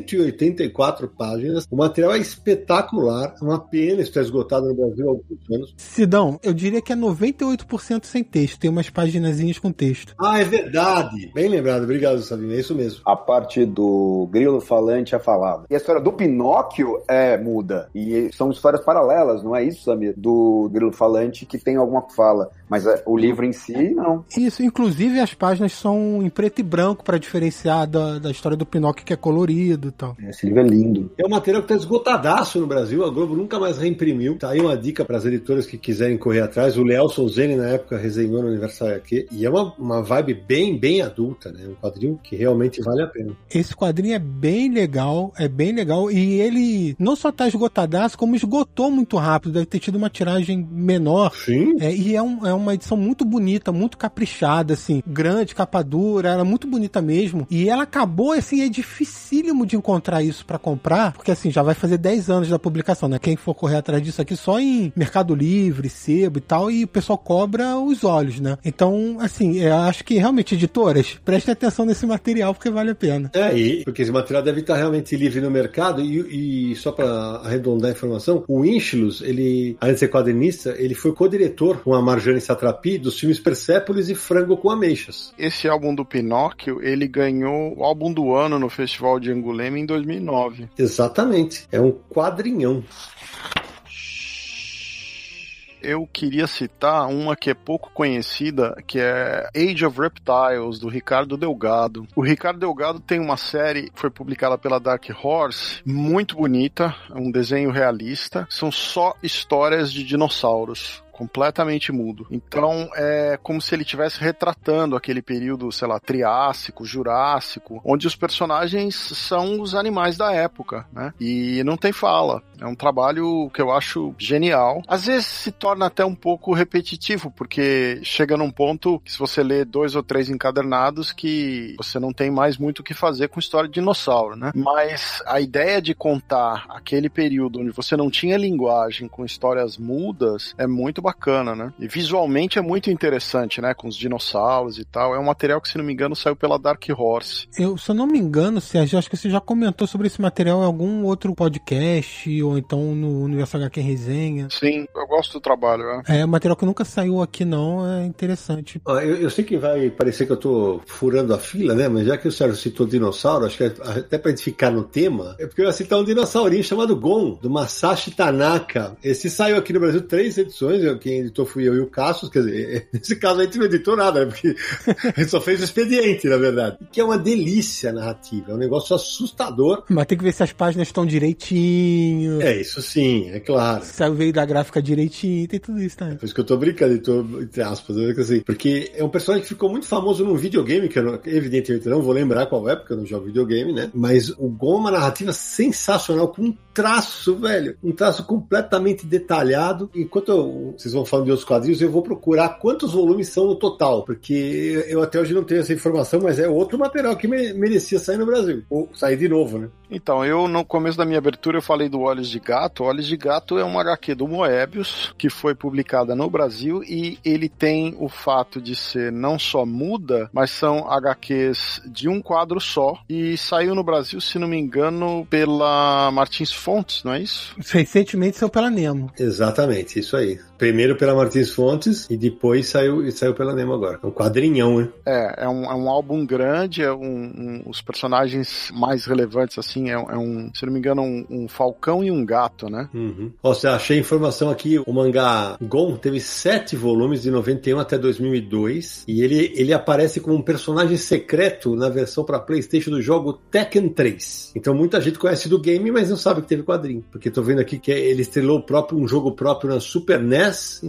184 páginas. O material é espetacular, uma pena estar esgotado no Brasil há alguns anos. Sidão, eu diria que é 98% sem texto, tem umas paginazinhas com texto. Ah, é verdade. Bem lembrado, obrigado, Sabino, é isso mesmo. A parte do grilo falante é falada. E a história do Pinóquio é muda. E são histórias paralelas, não é isso, Samir? Do grilo falante que tem alguma fala. Mas o livro em si, não. Isso, inclusive as páginas são em preto e branco para diferenciar da história do Pinóquio, que é colorido e tal. Esse livro é lindo. É um material que tá esgotadaço no Brasil, a Globo nunca mais reimprimiu. Tá aí uma dica para as editoras que quiserem correr atrás. O Leelson Zene, na época, resenhou no Universal aqui. E é uma vibe bem adulta, né? Um quadrinho que realmente vale a pena. Esse quadrinho é bem legal, e ele não só tá esgotadaço, como esgotou muito rápido, deve ter tido uma tiragem menor. Sim. E é uma edição muito bonita, muito caprichada, assim, grande, capa dura, era muito bonita mesmo. E ela acabou, assim, é dificílimo de encontrar isso pra comprar, porque assim, já vai fazer 10 anos da publicação, né? Quem for correr atrás disso aqui só em Mercado Livre, Sebo e tal, e o pessoal cobra os olhos, né? Então, assim, eu acho que realmente, editoras, prestem atenção nesse material, porque vale a pena. Porque esse material deve estar realmente livre no mercado, e só pra arredondar a informação, o Winchilus, ele, além de ser quadrinista, ele foi co-diretor com a Marjane Satrapi dos filmes Persépolis e Frango com Ameixas. Esse álbum do Pinóquio, ele ganhou o álbum do ano no Festival de Angulema em 2009. Exatamente. É um quadrinhão. Eu queria citar uma que é pouco conhecida, que é Age of Reptiles, do Ricardo Delgado. O Ricardo Delgado tem uma série que foi publicada pela Dark Horse, muito bonita, um desenho realista. São só histórias de dinossauros. Completamente mudo. Então é como se ele estivesse retratando aquele período, sei lá, Triássico, Jurássico, onde os personagens são os animais da época, né? E não tem fala. É um trabalho que eu acho genial. Às vezes se torna até um pouco repetitivo, porque chega num ponto que se você lê 2 ou 3 encadernados que você não tem mais muito o que fazer com história de dinossauro, né? Mas a ideia de contar aquele período onde você não tinha linguagem com histórias mudas é muito bacana, né? E visualmente é muito interessante, né? Com os dinossauros e tal. É um material que, se não me engano, saiu pela Dark Horse. Se eu não me engano, Sérgio, acho que você já comentou sobre esse material em algum outro podcast, ou então no Universo HQ Resenha. Sim, eu gosto do trabalho, É um material que nunca saiu aqui, não. É interessante. Eu sei que vai parecer que eu tô furando a fila, né? Mas já que o Sérgio citou dinossauro, acho que até pra gente ficar no tema, é porque eu ia citar um dinossaurinho chamado Gon, do Masashi Tanaka. Esse saiu aqui no Brasil 3 edições, quem editou fui eu e o Cassius, quer dizer, nesse caso a gente não editou nada, né? Porque a gente só fez o expediente, na verdade. Que é uma delícia narrativa, é um negócio assustador. Mas tem que ver se as páginas estão direitinho. É, isso sim, é claro. Se veio da gráfica direitinho, tem tudo isso, tá? Por isso que eu tô brincando, entre aspas, assim, porque é um personagem que ficou muito famoso num videogame, que eu não, evidentemente não vou lembrar qual é, porque eu não jogo videogame, né? Mas o Gon é uma narrativa sensacional, com um traço, velho, um traço completamente detalhado. Enquanto vocês vão falando de outros quadrinhos, eu vou procurar quantos volumes são no total, porque eu até hoje não tenho essa informação, mas é outro material que merecia sair no Brasil, ou sair de novo, né? Então, eu no começo da minha abertura eu falei do Olhos de Gato. Olhos de Gato é uma HQ do Moebius, que foi publicada no Brasil, e ele tem o fato de ser não só muda, mas são HQs de um quadro só, e saiu no Brasil, se não me engano, pela Martins Fontes, não é isso? Recentemente saiu pela Nemo. Exatamente, isso aí. Primeiro pela Martins Fontes e depois saiu pela Nemo agora. É um quadrinhão, né? É um álbum grande, os personagens mais relevantes, assim, se não me engano, um falcão e um gato, né? Uhum. Ó, você achei informação aqui, o mangá Gon teve 7 volumes de 91 até 2002 e ele aparece como um personagem secreto na versão para PlayStation do jogo Tekken 3. Então muita gente conhece do game, mas não sabe que teve quadrinho. Porque tô vendo aqui que ele estrelou um jogo próprio na Super NES em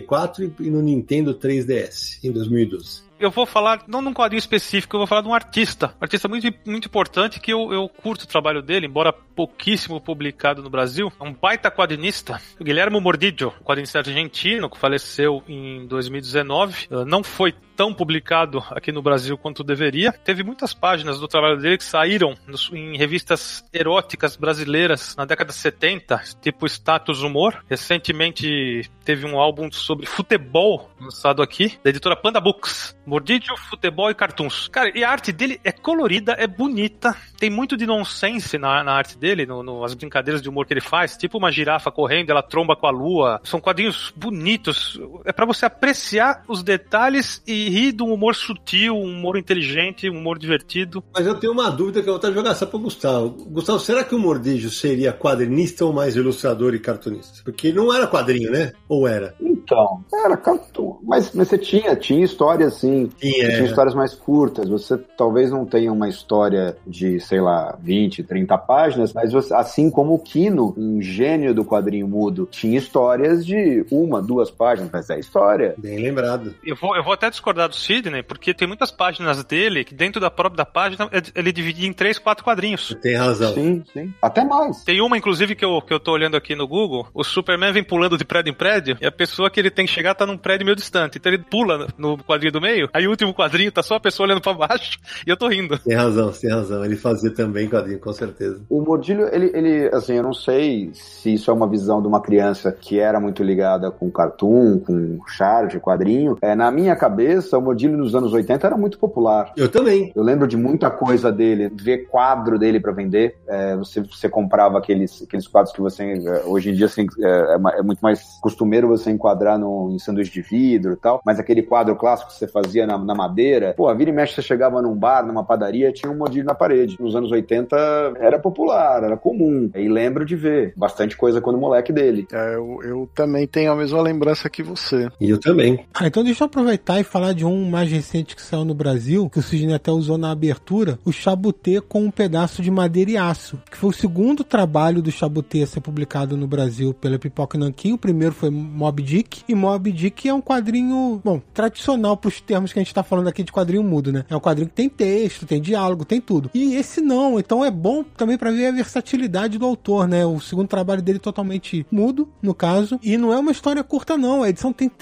94 e no Nintendo 3DS em 2012. Eu vou falar, não num quadrinho específico, eu vou falar de um artista muito, muito importante, que eu curto o trabalho dele, embora pouquíssimo publicado no Brasil. É um baita quadrinista, o Guilherme Mordidio, quadrinista argentino, que faleceu em 2019. Não foi tão publicado aqui no Brasil quanto deveria. Teve muitas páginas do trabalho dele que saíram em revistas eróticas brasileiras na década de 70, tipo Status Humor. Recentemente teve um álbum sobre futebol lançado aqui, da editora Panda Books. Mordidio, futebol e cartoons. Cara, e a arte dele é colorida, é bonita, tem muito de nonsense na arte dele, as brincadeiras de humor que ele faz, tipo uma girafa correndo, ela tromba com a lua. São quadrinhos bonitos, é pra você apreciar os detalhes e rir de um humor sutil, um humor inteligente, um humor divertido. Mas eu tenho uma dúvida que eu vou até jogar essa pro Gustavo. Gustavo, será que o Mordidio seria quadrinista ou mais ilustrador e cartunista? Porque não era quadrinho, né? Ou era? Então, era cartoon. Mas você tinha histórias, sim. Tinha histórias mais curtas. Você talvez não tenha uma história de, sei lá, 20, 30 páginas, mas você, assim como o Kino, um gênio do quadrinho mudo, tinha histórias de 1, 2 páginas, mas é história. Bem lembrado. Eu vou até discordar do Sidney, porque tem muitas páginas dele que dentro da própria página ele dividia em 3, 4 quadrinhos. Tem razão. Sim. Até mais. Tem uma, inclusive, que eu tô olhando aqui no Google, o Superman vem pulando de prédio em prédio, e a pessoa que ele tem que chegar tá num prédio meio distante. Então ele pula no quadrinho do meio, aí o último quadrinho tá só a pessoa olhando pra baixo, e eu tô rindo. Tem razão. Ele fazia também quadrinho, com certeza. O Mordilho, ele assim, eu não sei se isso é uma visão de uma criança que era muito ligada com cartoon, com charge, quadrinho. Na minha cabeça, o Mordilho nos anos 80 era muito popular. Eu também. Eu lembro de muita coisa dele, ver quadro dele pra vender. Você comprava aqueles quadros que você, hoje em dia, assim, é muito mais costumeiro você enquadrar em sanduíche de vidro e tal, mas aquele quadro clássico que você fazia na madeira, pô, a vira e mexe, você chegava num bar, numa padaria, tinha um Mordilho na parede. Nos anos 80 era popular, era comum. E lembro de ver bastante coisa quando moleque dele. Eu também tenho a mesma lembrança que você. E eu também. Então deixa eu aproveitar e falar de um mais recente que saiu no Brasil, que o Sidney até usou na abertura, o Chabutê com um pedaço de madeira e aço, que foi o segundo trabalho do Chabutê a ser publicado no Brasil pela Pipoca Nanquim. O primeiro foi Moby Dick, e Moby Dick é um quadrinho, tradicional pros termos que a gente tá falando aqui de quadrinho mudo, né? É um quadrinho que tem texto, tem diálogo, tem tudo. E esse não, então é bom também pra ver a versatilidade do autor, né? O segundo trabalho dele totalmente mudo, no caso, e não é uma história curta não, a edição tem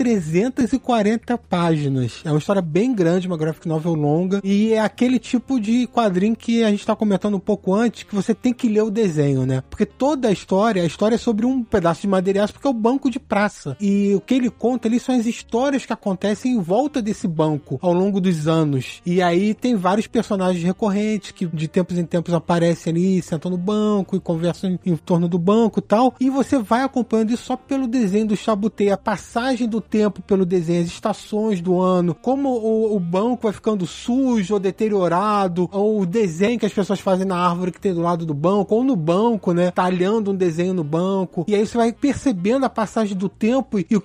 340 páginas. É uma história bem grande, uma graphic novel longa, e é aquele tipo de quadrinho que a gente tá comentando um pouco antes, que você tem que ler o desenho, né? Porque toda a história é sobre um pedaço de madeira e aço, porque é o banco de praça. E o que ele conta ali são as histórias que acontecem em volta desse banco ao longo dos anos. E aí tem vários personagens recorrentes que de tempos em tempos aparecem ali, sentam no banco e conversam em torno do banco e tal. E você vai acompanhando isso só pelo desenho do Chabutê, a passagem do tempo pelo desenho, as estações do ano, como o banco vai ficando sujo ou deteriorado, ou o desenho que as pessoas fazem na árvore que tem do lado do banco, ou no banco, né, talhando um desenho no banco. E aí você vai percebendo a passagem do tempo e o que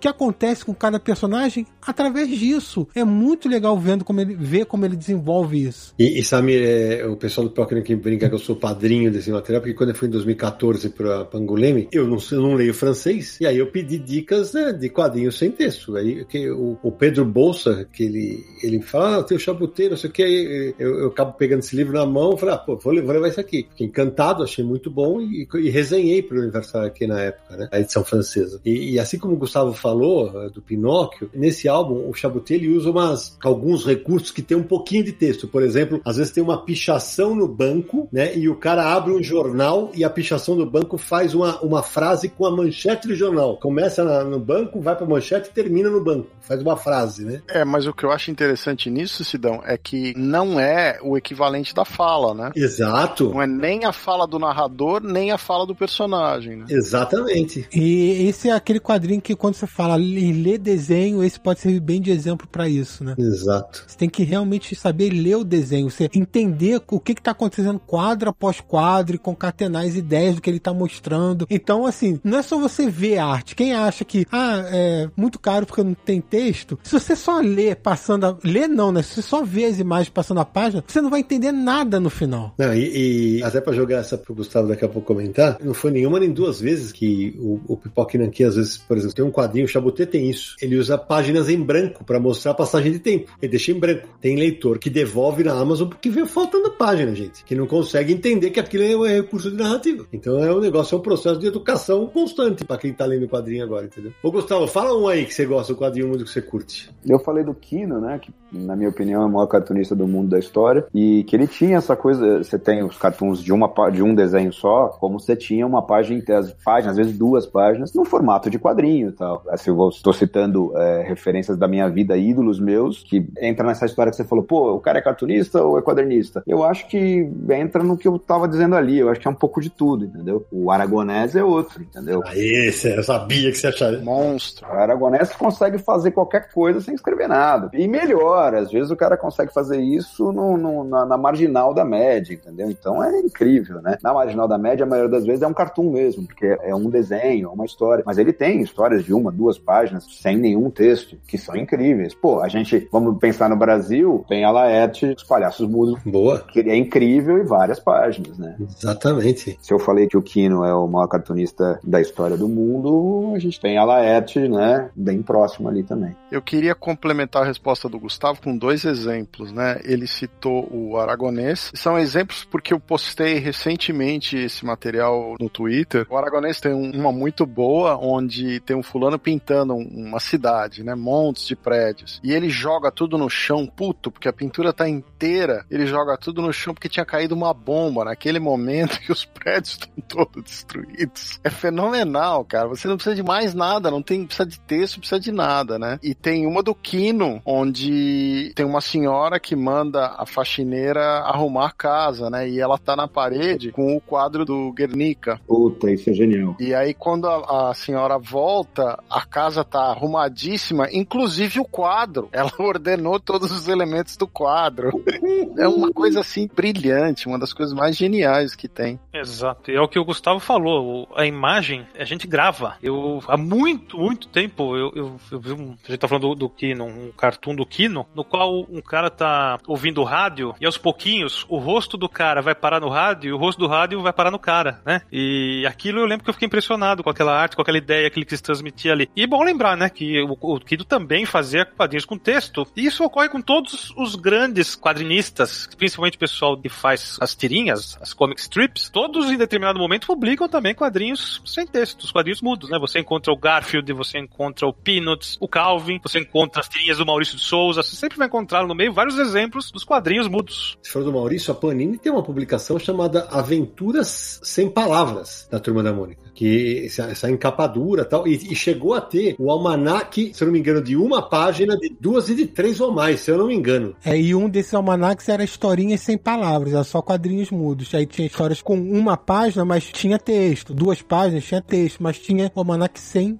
que acontece com cada personagem através disso. É muito legal vendo como ele desenvolve isso. E Samir, o pessoal do Procter que brinca que eu sou padrinho desse material, porque quando eu fui em 2014 para Angoulême, eu não leio francês, e aí eu pedi dicas, né, de quadrinhos sem texto. Aí que o Pedro Bolsa, que ele fala, tem o Chaboté, não sei o que, eu acabo pegando esse livro na mão e falo, vou levar isso aqui. Fiquei encantado, achei muito bom e resenhei para o Universal aqui na época, né, a edição francesa. E assim como o Gustavo falou, do Pinóquio, nesse álbum, o Chaboté, ele usa alguns recursos que tem um pouquinho de texto. Por exemplo, às vezes tem uma pichação no banco, né, e o cara abre um jornal e a pichação do banco faz uma frase com a manchete do jornal. Começa no banco, vai pra manchete e termina no banco. Faz uma frase, né? Mas o que eu acho interessante nisso, Sidão, é que não é o equivalente da fala, né? Exato. Não é nem a fala do narrador, nem a fala do personagem, né? Exatamente. E esse é aquele quadrinho que quando você fala em ler desenho, esse pode servir bem de exemplo pra isso, né? Exato. Você tem que realmente saber ler o desenho, você entender o que tá acontecendo quadro após quadro e concatenar as ideias do que ele tá mostrando. Então, assim, não é só você ver a arte. Quem acha que, é muito caro porque não tem texto, se você só ler ler não, né? Se você só ver as imagens passando a página, você não vai entender nada no final. Não, e até pra jogar essa pro Gustavo daqui a pouco comentar, não foi nenhuma nem duas vezes que o Pipoca Nanquim, às vezes, por exemplo, tem um quadrinho, o Chaboté tem isso. Ele usa páginas em branco pra mostrar a passagem de tempo. Ele deixa em branco. Tem leitor que devolve na Amazon porque veio faltando página, gente. Que não consegue entender que aquilo é um recurso de narrativa. Então é um processo de educação constante pra quem tá lendo o quadrinho agora, entendeu? Ô Gustavo, fala um aí que você gosta do quadrinho, muito que você curte. Eu falei do Kino, né, que na minha opinião é o maior cartunista do mundo da história, e que ele tinha essa coisa, você tem os cartoons de um desenho só, como você tinha uma página inteira, às vezes 2 páginas, no formato de quadrinho e tal. Assim, eu estou citando referências da minha vida, ídolos meus, que entra nessa história que você falou, o cara é cartunista ou é quadrinista? Eu acho que entra no que eu tava dizendo ali, eu acho que é um pouco de tudo, entendeu? O Aragonés é outro, entendeu? Eu sabia que você acharia. Monstro. O Aragonés consegue fazer qualquer coisa sem escrever nada. E melhor, às vezes o cara consegue fazer isso na marginal da média, entendeu? Então é incrível, né? Na marginal da média, a maioria das vezes é um cartoon mesmo, porque é um desenho, é uma história. Mas ele tem histórias de 1, 2 páginas, sem nenhum texto, que são incríveis. Vamos pensar no Brasil, tem a Laerte, Os Palhaços Mudos. Boa. Que é incrível e várias páginas, né? Exatamente. Se eu falei que o Kino é o maior cartunista da história do mundo, a gente tem a Laerte, né? Bem próximo ali também. Eu queria complementar a resposta do Gustavo com 2 exemplos, né? Ele citou o Aragonés. São exemplos porque eu postei recentemente esse material no Twitter. O Aragonés tem uma muito boa, onde tem um fulano pintando uma cidade, né? Montes de prédios. E ele joga tudo no chão, porque a pintura tá inteira. Ele joga tudo no chão porque tinha caído uma bomba naquele momento que os prédios estão todos destruídos. É fenomenal, cara. Você não precisa de mais nada, precisa de texto, precisa de nada, né? E tem uma do Kino, onde tem uma senhora que manda a faxineira arrumar a casa, né? E ela tá na parede com o quadro do Guernica. Puta, isso é genial. E aí, quando a senhora volta, a casa tá arrumadíssima, inclusive o quadro. Ela ordenou todos os elementos do quadro. É uma coisa, assim, brilhante, uma das coisas mais geniais que tem. Exato. E é o que o Gustavo falou, a imagem, a gente grava. Há muito, muito tempo, eu vi a gente tá falando do Kino, um cartoon do Kino, no qual um cara tá ouvindo o rádio e aos pouquinhos o rosto do cara vai parar no rádio e o rosto do rádio vai parar no cara, né? E aquilo eu lembro que eu fiquei impressionado com aquela arte, com aquela ideia que ele quis transmitir ali. E é bom lembrar, né, que o Kino também fazia quadrinhos com texto, e isso ocorre com todos os grandes quadrinistas, principalmente o pessoal que faz as tirinhas, as comic strips, todos em determinado momento publicam também quadrinhos sem texto, os quadrinhos mudos, né? Você encontra o Garfield, você encontra o Peanuts, o Calvin, você encontra as tirinhas do Maurício de Souza, você sempre vai encontrar no meio vários exemplos dos quadrinhos mudos. Se for do Maurício, a Panini tem uma publicação chamada Aventuras Sem Palavras, da Turma da Mônica, que essa encapadura e tal, e chegou a ter o almanaque, se eu não me engano, de 1 página, de 2 e de 3 ou mais, se eu não me engano. E um desses almanaques era historinhas sem palavras, era só quadrinhos mudos. Aí tinha histórias com 1 página, mas tinha texto, 2 páginas tinha texto, mas tinha o almanaque sem texto.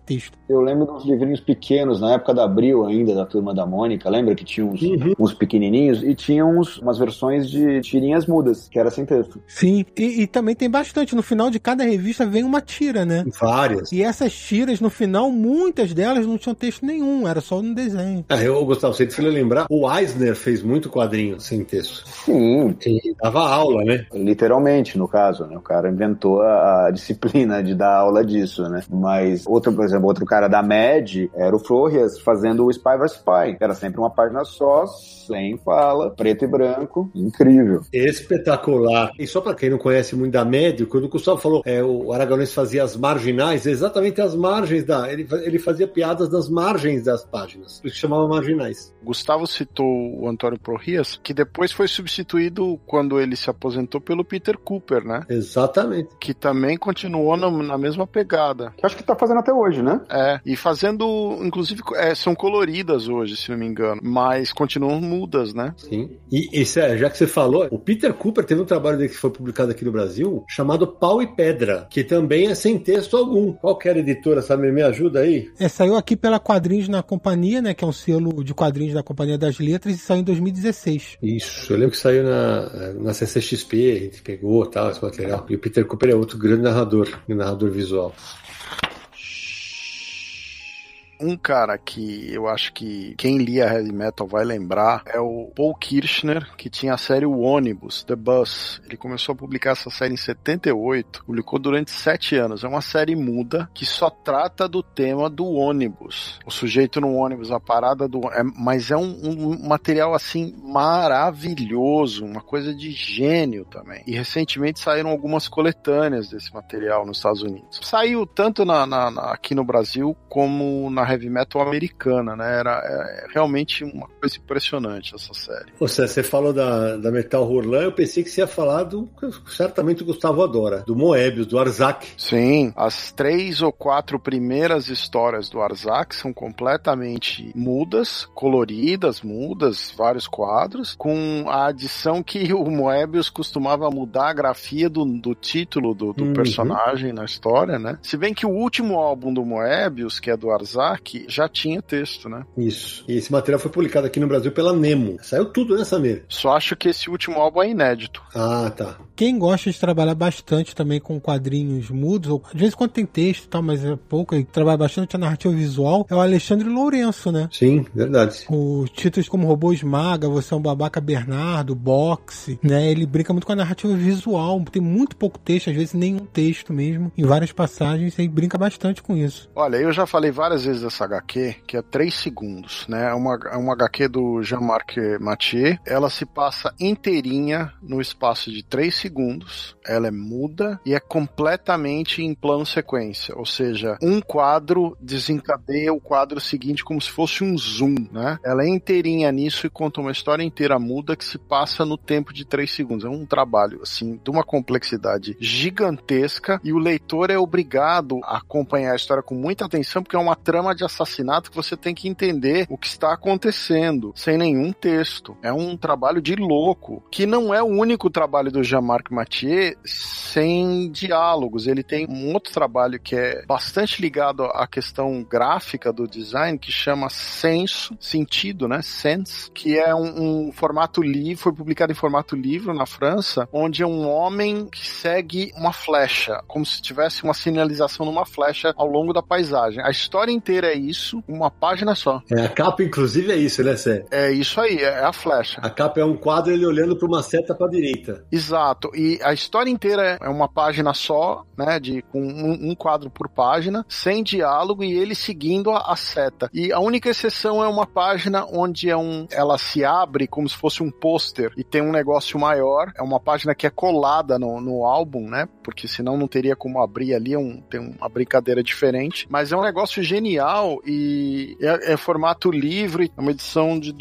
Eu lembro dos livrinhos pequenos, na época da Abril ainda, da Turma da Mônica, lembra que tinha uns pequenininhos e tinha umas versões de tirinhas mudas, que era sem texto. Sim, e também tem bastante. No final de cada revista vem uma tira, né? Várias. E essas tiras, no final, muitas delas não tinham texto nenhum, era só um desenho. Gustavo, você precisa lembrar, o Eisner fez muito quadrinho sem texto. Sim. Ele dava aula, né? Literalmente, no caso, né? O cara inventou a disciplina de dar aula disso, né? Mas, por exemplo, outro cara da Mad era o Florias fazendo o Spy vs Spy. Era sempre uma página só, sem fala, preto e branco. Incrível. Espetacular. E só pra quem não conhece muito da Mad, quando o Gustavo falou, o Aragonês fazia as marginais, exatamente as margens ele fazia piadas nas margens das páginas. Por isso que chamava marginais. Gustavo citou o Antônio Prohías, que depois foi substituído, quando ele se aposentou, pelo Peter Cooper, né? Exatamente. Que também continuou na mesma pegada. Que acho que tá fazendo até hoje, né? E fazendo, inclusive, são coloridas hoje, se não me engano, mas continuam mudas, né? Sim. E já que você falou, o Peter Cooper teve um trabalho dele que foi publicado aqui no Brasil, chamado Pau e Pedra, que também é sem texto algum. Qualquer editora, sabe, me ajuda aí? Saiu aqui pela Quadrinhos na Companhia, né, que é um selo de quadrinhos da Companhia das Letras, e saiu em 2016. Isso, eu lembro que saiu na CCXP, a gente pegou esse material. E o Peter Cooper é outro grande narrador visual. Um cara que eu acho que quem lia Heavy Metal vai lembrar é o Paul Kirchner, que tinha a série O Ônibus, The Bus. Ele começou a publicar essa série em 78, publicou durante 7 anos. É uma série muda que só trata do tema do ônibus. O sujeito no ônibus, a parada mas é um material assim maravilhoso, uma coisa de gênio também. E recentemente saíram algumas coletâneas desse material nos Estados Unidos. Saiu tanto aqui no Brasil como na Heavy Metal americana, né? Era realmente uma coisa impressionante essa série. Você falou da Metal Hurlan, eu pensei que você ia falar certamente o Gustavo adora, do Moebius, do Arzak. Sim, as 3 ou 4 primeiras histórias do Arzak são completamente mudas, coloridas, vários quadros, com a adição que o Moebius costumava mudar a grafia do título do personagem na história, né? Se bem que o último álbum do Moebius, que é do Arzak, já tinha texto, né? Isso. E esse material foi publicado aqui no Brasil pela Nemo. Saiu tudo, né, Samir? Só acho que esse último álbum é inédito. Ah, tá. Quem gosta de trabalhar bastante também com quadrinhos mudos, ou às vezes quando tem texto e tal, mas é pouco, e trabalha bastante a narrativa visual, é o Alexandre Lourenço, né? Sim, verdade. Os títulos como Robô Esmaga, Você é um Babaca Bernardo, Boxe, né? Ele brinca muito com a narrativa visual, tem muito pouco texto, às vezes nenhum texto mesmo, em várias passagens, e brinca bastante com isso. Olha, eu já falei várias vezes dessa HQ, que é 3 segundos, né? É uma HQ do Jean-Marc Mathieu. Ela se passa inteirinha no espaço de 3 segundos. Ela é muda e é completamente em plano sequência. Ou seja, um quadro desencadeia o quadro seguinte como se fosse um zoom, né? Ela é inteirinha nisso e conta uma história inteira muda que se passa no tempo de 3 segundos. É um trabalho, assim, de uma complexidade gigantesca e o leitor é obrigado a acompanhar a história com muita atenção porque é uma trama de assassinato que você tem que entender o que está acontecendo, sem nenhum texto. É um trabalho de louco, que não é o único trabalho do Jean-Marc Mathieu sem diálogos. Ele tem um outro trabalho que é bastante ligado à questão gráfica do design, que chama Sentido, né? Sense, que é um formato livre, foi publicado em formato livro na França, onde é um homem que segue uma flecha, como se tivesse uma sinalização numa flecha ao longo da paisagem. A história inteira é isso, uma página só. A capa, inclusive, é isso, né, Sé? É isso aí, é a flecha. A capa é um quadro, ele olhando para uma seta para a direita. Exato, e a história inteira é uma página só, né, com um quadro por página, sem diálogo e ele seguindo a seta. E a única exceção é uma página onde ela se abre como se fosse um pôster e tem um negócio maior. É uma página que é colada no álbum, né, porque senão não teria como abrir ali, tem uma brincadeira diferente. Mas é um negócio genial e é formato livre, é uma edição de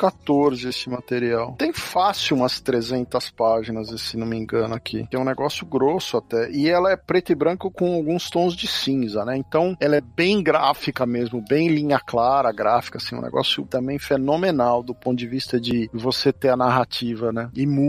2014 esse material. Tem fácil umas 300 páginas, se não me engano aqui. Tem um negócio grosso até. E ela é preto e branco com alguns tons de cinza, né? Então ela é bem gráfica mesmo, bem linha clara, gráfica, assim, um negócio também fenomenal do ponto de vista de você ter a narrativa, né? E muda.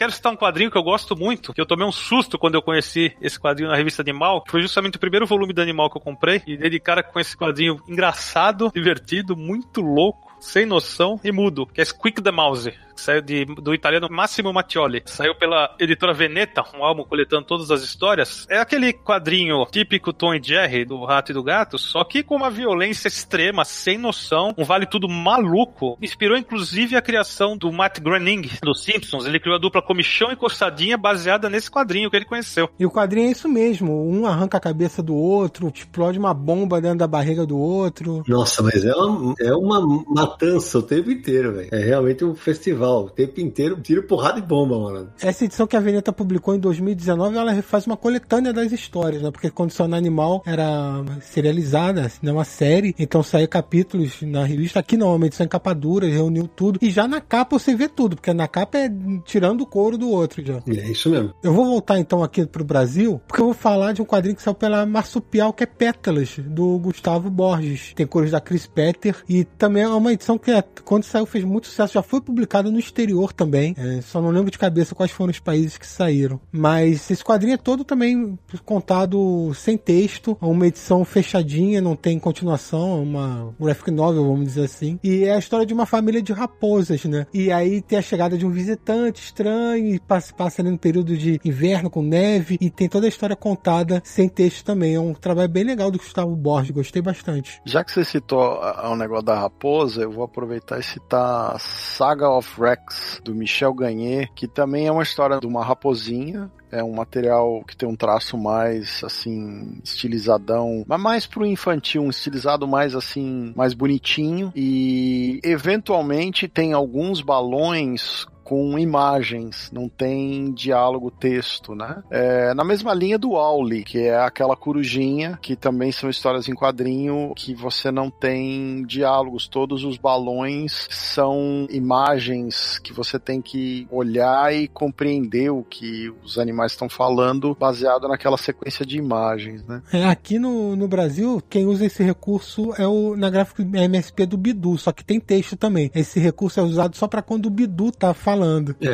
quero citar um quadrinho que eu gosto muito, que eu tomei um susto quando eu conheci esse quadrinho na revista Animal, que foi justamente o primeiro volume do Animal que eu comprei, e dei de cara com esse quadrinho engraçado, divertido, muito louco, sem noção e mudo, que é Squeak the Mouse, que saiu do italiano Massimo Mattioli. Saiu pela editora Veneta, um álbum coletando todas as histórias. É aquele quadrinho típico Tom e Jerry, do Rato e do Gato, só que com uma violência extrema, sem noção, um vale tudo maluco. Inspirou inclusive a criação do Matt Groening, dos Simpsons. Ele criou a dupla Comichão e Coçadinha baseada nesse quadrinho que ele conheceu. E o quadrinho é isso mesmo, um arranca a cabeça do outro, explode uma bomba dentro da barriga do outro. Nossa, mas é uma matança o tempo inteiro, velho. É realmente um festival. O tempo inteiro, tiro, porrada e bomba, mano. Essa edição que a Veneta publicou em 2019, ela faz uma coletânea das histórias, né? Porque Condição Animal era serializada, assim, né? Uma série, então saía capítulos na revista. Aqui não, uma edição em capa dura, reuniu tudo. E já na capa você vê tudo, porque na capa é tirando o couro do outro já. É isso mesmo. Eu vou voltar então aqui pro Brasil, porque eu vou falar de um quadrinho que saiu pela Marsupial, que é Pétalas, do Gustavo Borges. Tem cores da Chris Petter, e também é uma edição que quando saiu fez muito sucesso, já foi publicada no exterior também, só não lembro de cabeça quais foram os países que saíram, mas esse quadrinho é todo também contado sem texto, é uma edição fechadinha, não tem continuação, é uma graphic novel, vamos dizer assim, e é a história de uma família de raposas, né, e aí tem a chegada de um visitante estranho, e passa ali no período de inverno com neve, e tem toda a história contada sem texto também, é um trabalho bem legal do Gustavo Borges, gostei bastante. Já que você citou o negócio da raposa, eu vou aproveitar e citar Saga of Rex, do Michel Gagné, que também é uma história de uma raposinha. É um material que tem um traço mais, assim, estilizadão, mas mais pro infantil, um estilizado mais, assim, mais bonitinho. E, eventualmente, tem alguns balões com imagens, não tem diálogo, texto, né? Na mesma linha do Auli, que é aquela corujinha, que também são histórias em quadrinho, que você não tem diálogos, todos os balões são imagens que você tem que olhar e compreender o que os animais estão falando, baseado naquela sequência de imagens, né? Aqui no Brasil, quem usa esse recurso é na gráfica MSP do Bidu, só que tem texto também. Esse recurso é usado só pra quando o Bidu tá falando.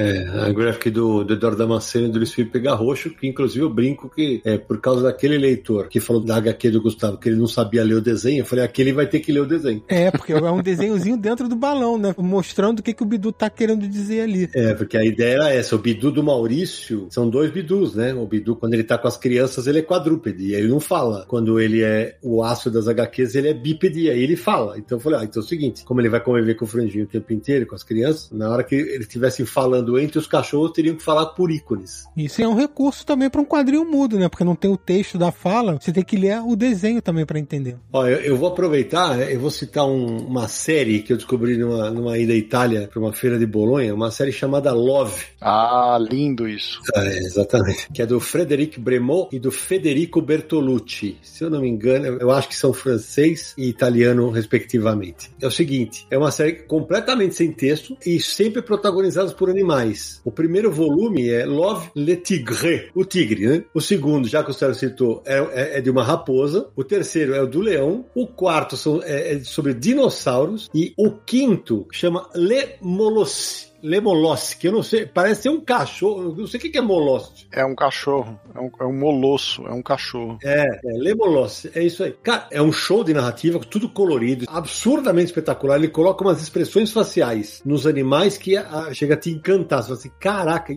A graphic do Eduardo Damasceno e do Luiz Felipe Garrocho, que inclusive eu brinco que por causa daquele leitor que falou da HQ do Gustavo, que ele não sabia ler o desenho, eu falei, aquele vai ter que ler o desenho. Porque é um desenhozinho dentro do balão, né? Mostrando o que o Bidu tá querendo dizer ali. Porque a ideia era essa, o Bidu do Maurício, são dois Bidus, né? O Bidu, quando ele tá com as crianças, ele é quadrúpede, e ele não fala. Quando ele é o aço das HQs, ele é bípede, e aí ele fala. Então eu falei, então é o seguinte, como ele vai conviver com o franjinho o tempo inteiro, com as crianças, na hora que ele estivesse falando entre os cachorros, teriam que falar por ícones. Isso é um recurso também para um quadrinho mudo, né? Porque não tem o texto da fala, você tem que ler o desenho também para entender. Eu vou aproveitar, eu vou citar uma série que eu descobri numa ida à Itália, para uma feira de Bolonha, uma série chamada Love. Ah, lindo isso. Exatamente. Que é do Frédéric Bremot e do Federico Bertolucci. Se eu não me engano, eu acho que são francês e italiano, respectivamente. É o seguinte, é uma série completamente sem texto e sempre protagonizadas por animais. O primeiro volume é Love le Tigre, o tigre, né? O segundo, já que o Sérgio citou, é de uma raposa. O terceiro é o do leão. O quarto é sobre dinossauros. E o quinto chama Le Molossi. Lemolosse, que eu não sei, parece ser um cachorro, eu não sei o que é molosse. É um cachorro, é um molosso, é um cachorro. Lemolosse, é isso aí. Cara, é um show de narrativa, tudo colorido, absurdamente espetacular. Ele coloca umas expressões faciais nos animais que chega a te encantar. Você fala assim, caraca,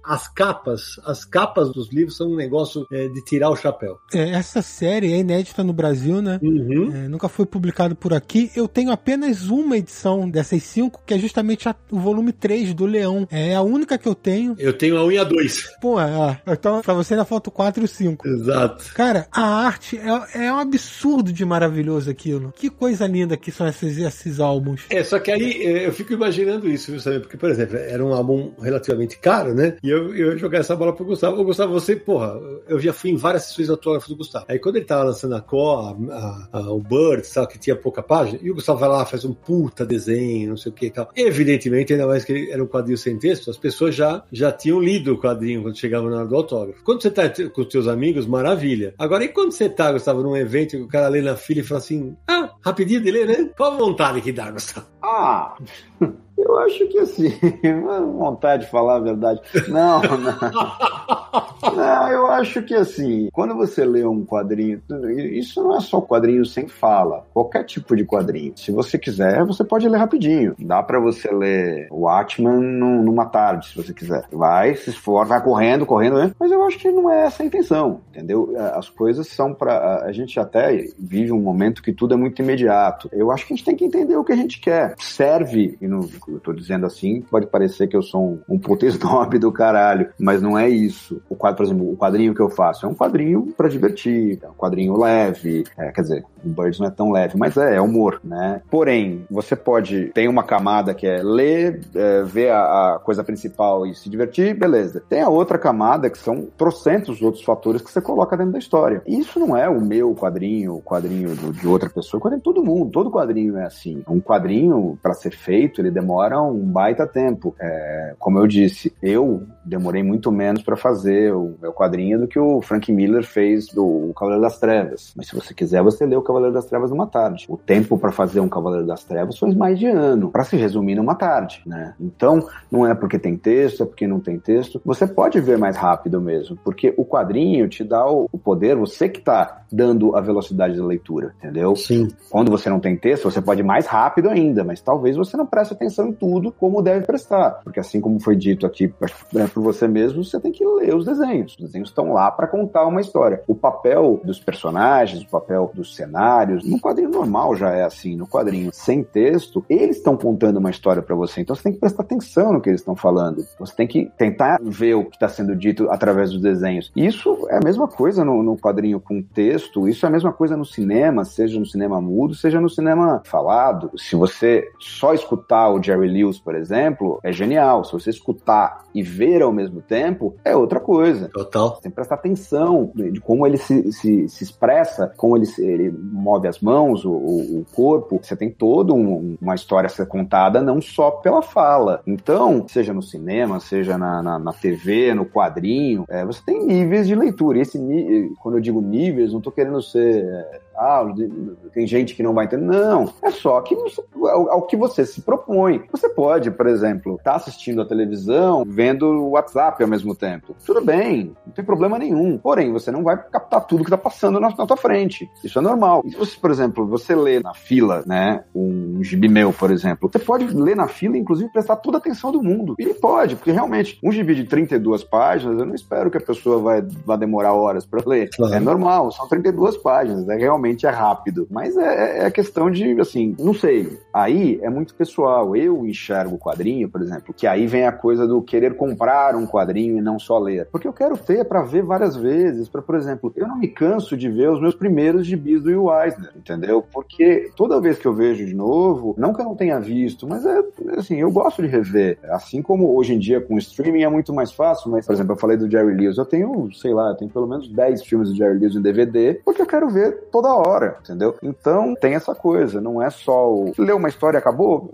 as capas dos livros são um negócio de tirar o chapéu. Essa série é inédita no Brasil, né? Uhum. Nunca foi publicado por aqui. Eu tenho apenas uma edição dessas 5, que é justamente o volume 3 do Leão. É a única que eu tenho. Eu tenho a 1 e a 2. Então pra você ainda falta o 4 e o 5. Exato. Cara, a arte é um absurdo de maravilhoso aquilo. Que coisa linda que são esses álbuns. Só que aí eu fico imaginando isso, viu, sabe? Porque, por exemplo, era um álbum relativamente caro, né? E eu ia jogar essa bola pro Gustavo. Ô, Gustavo, você, eu já fui em várias sessões autógrafas do Gustavo. Aí quando ele tava lançando a Có, o Bird, sabe, que tinha pouca página, e o Gustavo vai lá, faz um puta desenho, não sei o que e tal. Evidentemente, ainda mais que ele era um quadrinho sem texto, as pessoas já tinham lido o quadrinho quando chegavam na hora do autógrafo. Quando você tá com os teus amigos, maravilha. Agora, e quando você tá, Gustavo, num evento e o cara lê na fila e fala assim, rapidinho de ler, né? Qual a vontade que dá, Gustavo? Eu acho que assim, vontade de falar a verdade. Não. Não, eu acho que assim, quando você lê um quadrinho, isso não é só quadrinho sem fala, qualquer tipo de quadrinho. Se você quiser, você pode ler rapidinho. Dá pra você ler o Watchmen numa tarde, se você quiser. Vai, se esforça, vai correndo, né? Mas eu acho que não é essa a intenção, entendeu? As coisas são pra... A gente até vive um momento que tudo é muito imediato. Eu acho que a gente tem que entender o que a gente quer. Serve, e não, eu tô dizendo assim, pode parecer que eu sou um puta snob do caralho, mas não é isso. Por exemplo, o quadrinho que eu faço é um quadrinho pra divertir, é um quadrinho leve, quer dizer, o Birds não é tão leve, mas é humor, né? Porém, você pode ter uma camada que é ler, ver a coisa principal e se divertir, beleza. Tem a outra camada que são trocentos outros fatores que você coloca dentro da história. Isso não é o meu quadrinho, o quadrinho de outra pessoa, o quadrinho de todo mundo, todo quadrinho é assim. Um quadrinho, pra ser feito, ele demora um baita tempo. Como eu disse, eu demorei muito menos pra fazer o meu quadrinho do que o Frank Miller fez do Cavaleiro das Trevas. Mas se você quiser, você lê o Cavaleiro das Trevas numa tarde. O tempo pra fazer um Cavaleiro das Trevas foi mais de ano, pra se resumir numa tarde, né? Então, não é porque tem texto, é porque não tem texto. Você pode ver mais rápido mesmo, porque o quadrinho te dá o poder, você que tá dando a velocidade da leitura, entendeu? Sim. Quando você não tem texto, você pode ir mais rápido ainda, mas talvez você não preste atenção em tudo como deve prestar, porque assim como foi dito aqui por você mesmo, você tem que ler os desenhos. Os desenhos estão lá para contar uma história. O papel dos personagens, o papel dos cenários, no quadrinho normal já é assim, no quadrinho sem texto, eles estão contando uma história para você, então você tem que prestar atenção no que eles estão falando. Você tem que tentar ver o que está sendo dito através dos desenhos. Isso é a mesma coisa no quadrinho com texto, isso é a mesma coisa no cinema, seja no cinema mudo, seja no cinema falado. Se você só escutar o Jerry Lewis, por exemplo, é genial. Se você escutar e ver ao mesmo tempo, é outra coisa. Total. Você tem que prestar atenção de como ele se expressa, como ele move as mãos, o corpo. Você tem toda uma história a ser contada, não só pela fala. Então, seja no cinema, seja na TV, no quadrinho, você tem níveis de leitura. E quando eu digo níveis, não estou querendo ser... tem gente que não vai entender. Não, é só que ao que você se propõe. Você pode, por exemplo, estar assistindo a televisão, vendo o WhatsApp ao mesmo tempo. Tudo bem, não tem problema nenhum. Porém, você não vai captar tudo que está passando na tua frente. Isso é normal. E se você, por exemplo, você lê na fila, né, um gibi meu, por exemplo, você pode ler na fila e, inclusive, prestar toda a atenção do mundo. E pode, porque realmente, um gibi de 32 páginas, eu não espero que a pessoa vá demorar horas para ler. Claro. É normal, são 32 páginas, realmente é rápido. Mas é questão de, assim, não sei. Aí é muito pessoal. Eu enxergo o quadrinho, por exemplo, que aí vem a coisa do querer comprar um quadrinho e não só ler. Porque eu quero ter para ver várias vezes. Por exemplo, eu não me canso de ver os meus primeiros gibis do Will Eisner, entendeu? Porque toda vez que eu vejo de novo, não que eu não tenha visto, mas assim, eu gosto de rever. Assim como hoje em dia com o streaming é muito mais fácil, mas, por exemplo, eu falei do Jerry Lewis, eu tenho pelo menos 10 filmes do Jerry Lewis em DVD, porque eu quero ver toda hora, entendeu? Então, tem essa coisa, não é só ler uma história e acabou?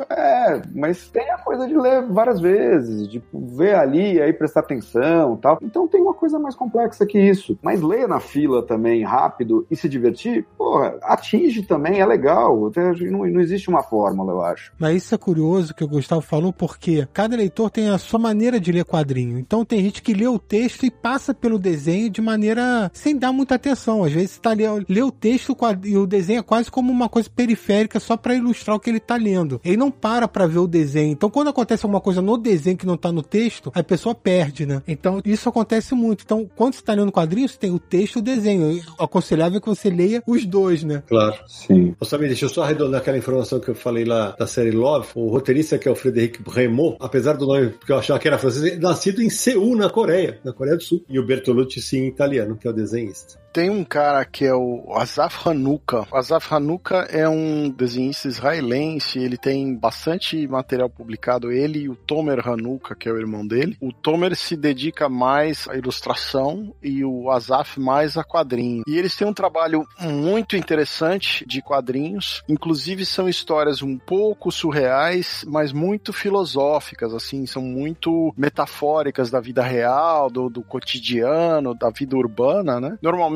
Mas tem a coisa de ler várias vezes, de ver ali, aí prestar atenção e tal. Então, tem uma coisa mais complexa que isso. Mas ler na fila também, rápido, e se divertir, porra, atinge também, é legal. Não existe uma fórmula, eu acho. Mas isso é curioso que o Gustavo falou, porque cada leitor tem a sua maneira de ler quadrinho. Então, tem gente que lê o texto e passa pelo desenho de maneira sem dar muita atenção. Às vezes, lê o texto e o desenho é quase como uma coisa periférica só para ilustrar o que ele tá lendo. Ele não para ver o desenho. Então, quando acontece alguma coisa no desenho que não tá no texto, a pessoa perde, né? Então, isso acontece muito. Então, quando você tá lendo quadrinhos, você tem o texto e o desenho. O aconselhável é que você leia os dois, né? Claro. Sim. Samir, deixa eu só arredondar aquela informação que eu falei lá da série Love. O roteirista, que é o Frederic Rémaux, apesar do nome que eu achava que era francês, nascido em Seul, na Coreia do Sul. E o Bertolucci, sim, em italiano, que é o desenhista. Tem um cara que é o Asaf Hanuka. O Asaf Hanuka é um desenhista israelense, ele tem bastante material publicado, ele e o Tomer Hanuka, que é o irmão dele. O Tomer se dedica mais à ilustração e o Asaf mais a quadrinho. E eles têm um trabalho muito interessante de quadrinhos, inclusive são histórias um pouco surreais, mas muito filosóficas, assim, são muito metafóricas da vida real, do cotidiano, da vida urbana, né? Normalmente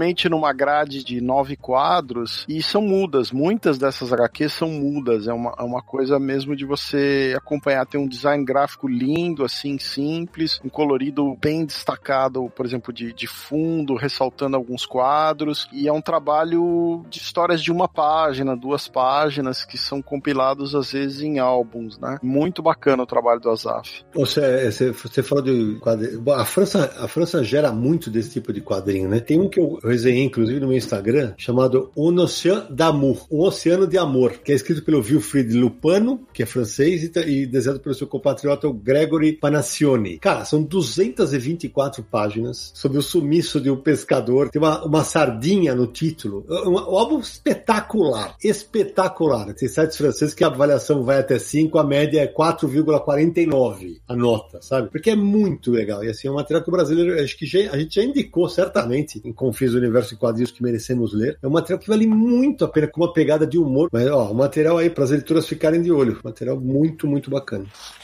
geralmente numa grade de 9 quadros, e são mudas. Muitas dessas HQs são mudas. É uma coisa mesmo de você acompanhar. Tem um design gráfico lindo, assim, simples, um colorido bem destacado, por exemplo, de fundo, ressaltando alguns quadros, e é um trabalho de histórias de 1 página, 2 páginas, que são compilados às vezes em álbuns, né? Muito bacana o trabalho do Asaf. Você falou de quadrinho. A França gera muito desse tipo de quadrinho, né? Tem um que eu resenhei, inclusive, no meu Instagram, chamado Un Océan d'Amour, Um Oceano de Amor, que é escrito pelo Wilfried Lupano, que é francês, e desenhado pelo seu compatriota Gregory Panassioni. Cara, são 224 páginas sobre o sumiço de um pescador. Tem uma sardinha no título. Um álbum espetacular. Espetacular. Tem sites franceses que a avaliação vai até 5, a média é 4,49 a nota, sabe? Porque é muito legal. E assim, é um material que o brasileiro, acho que a gente já indicou certamente em Confins do Universo de Quadrinhos que merecemos ler. É um material que vale muito a pena, com uma pegada de humor. Mas, ó, o material aí para as editoras ficarem de olho. Material muito, muito bacana.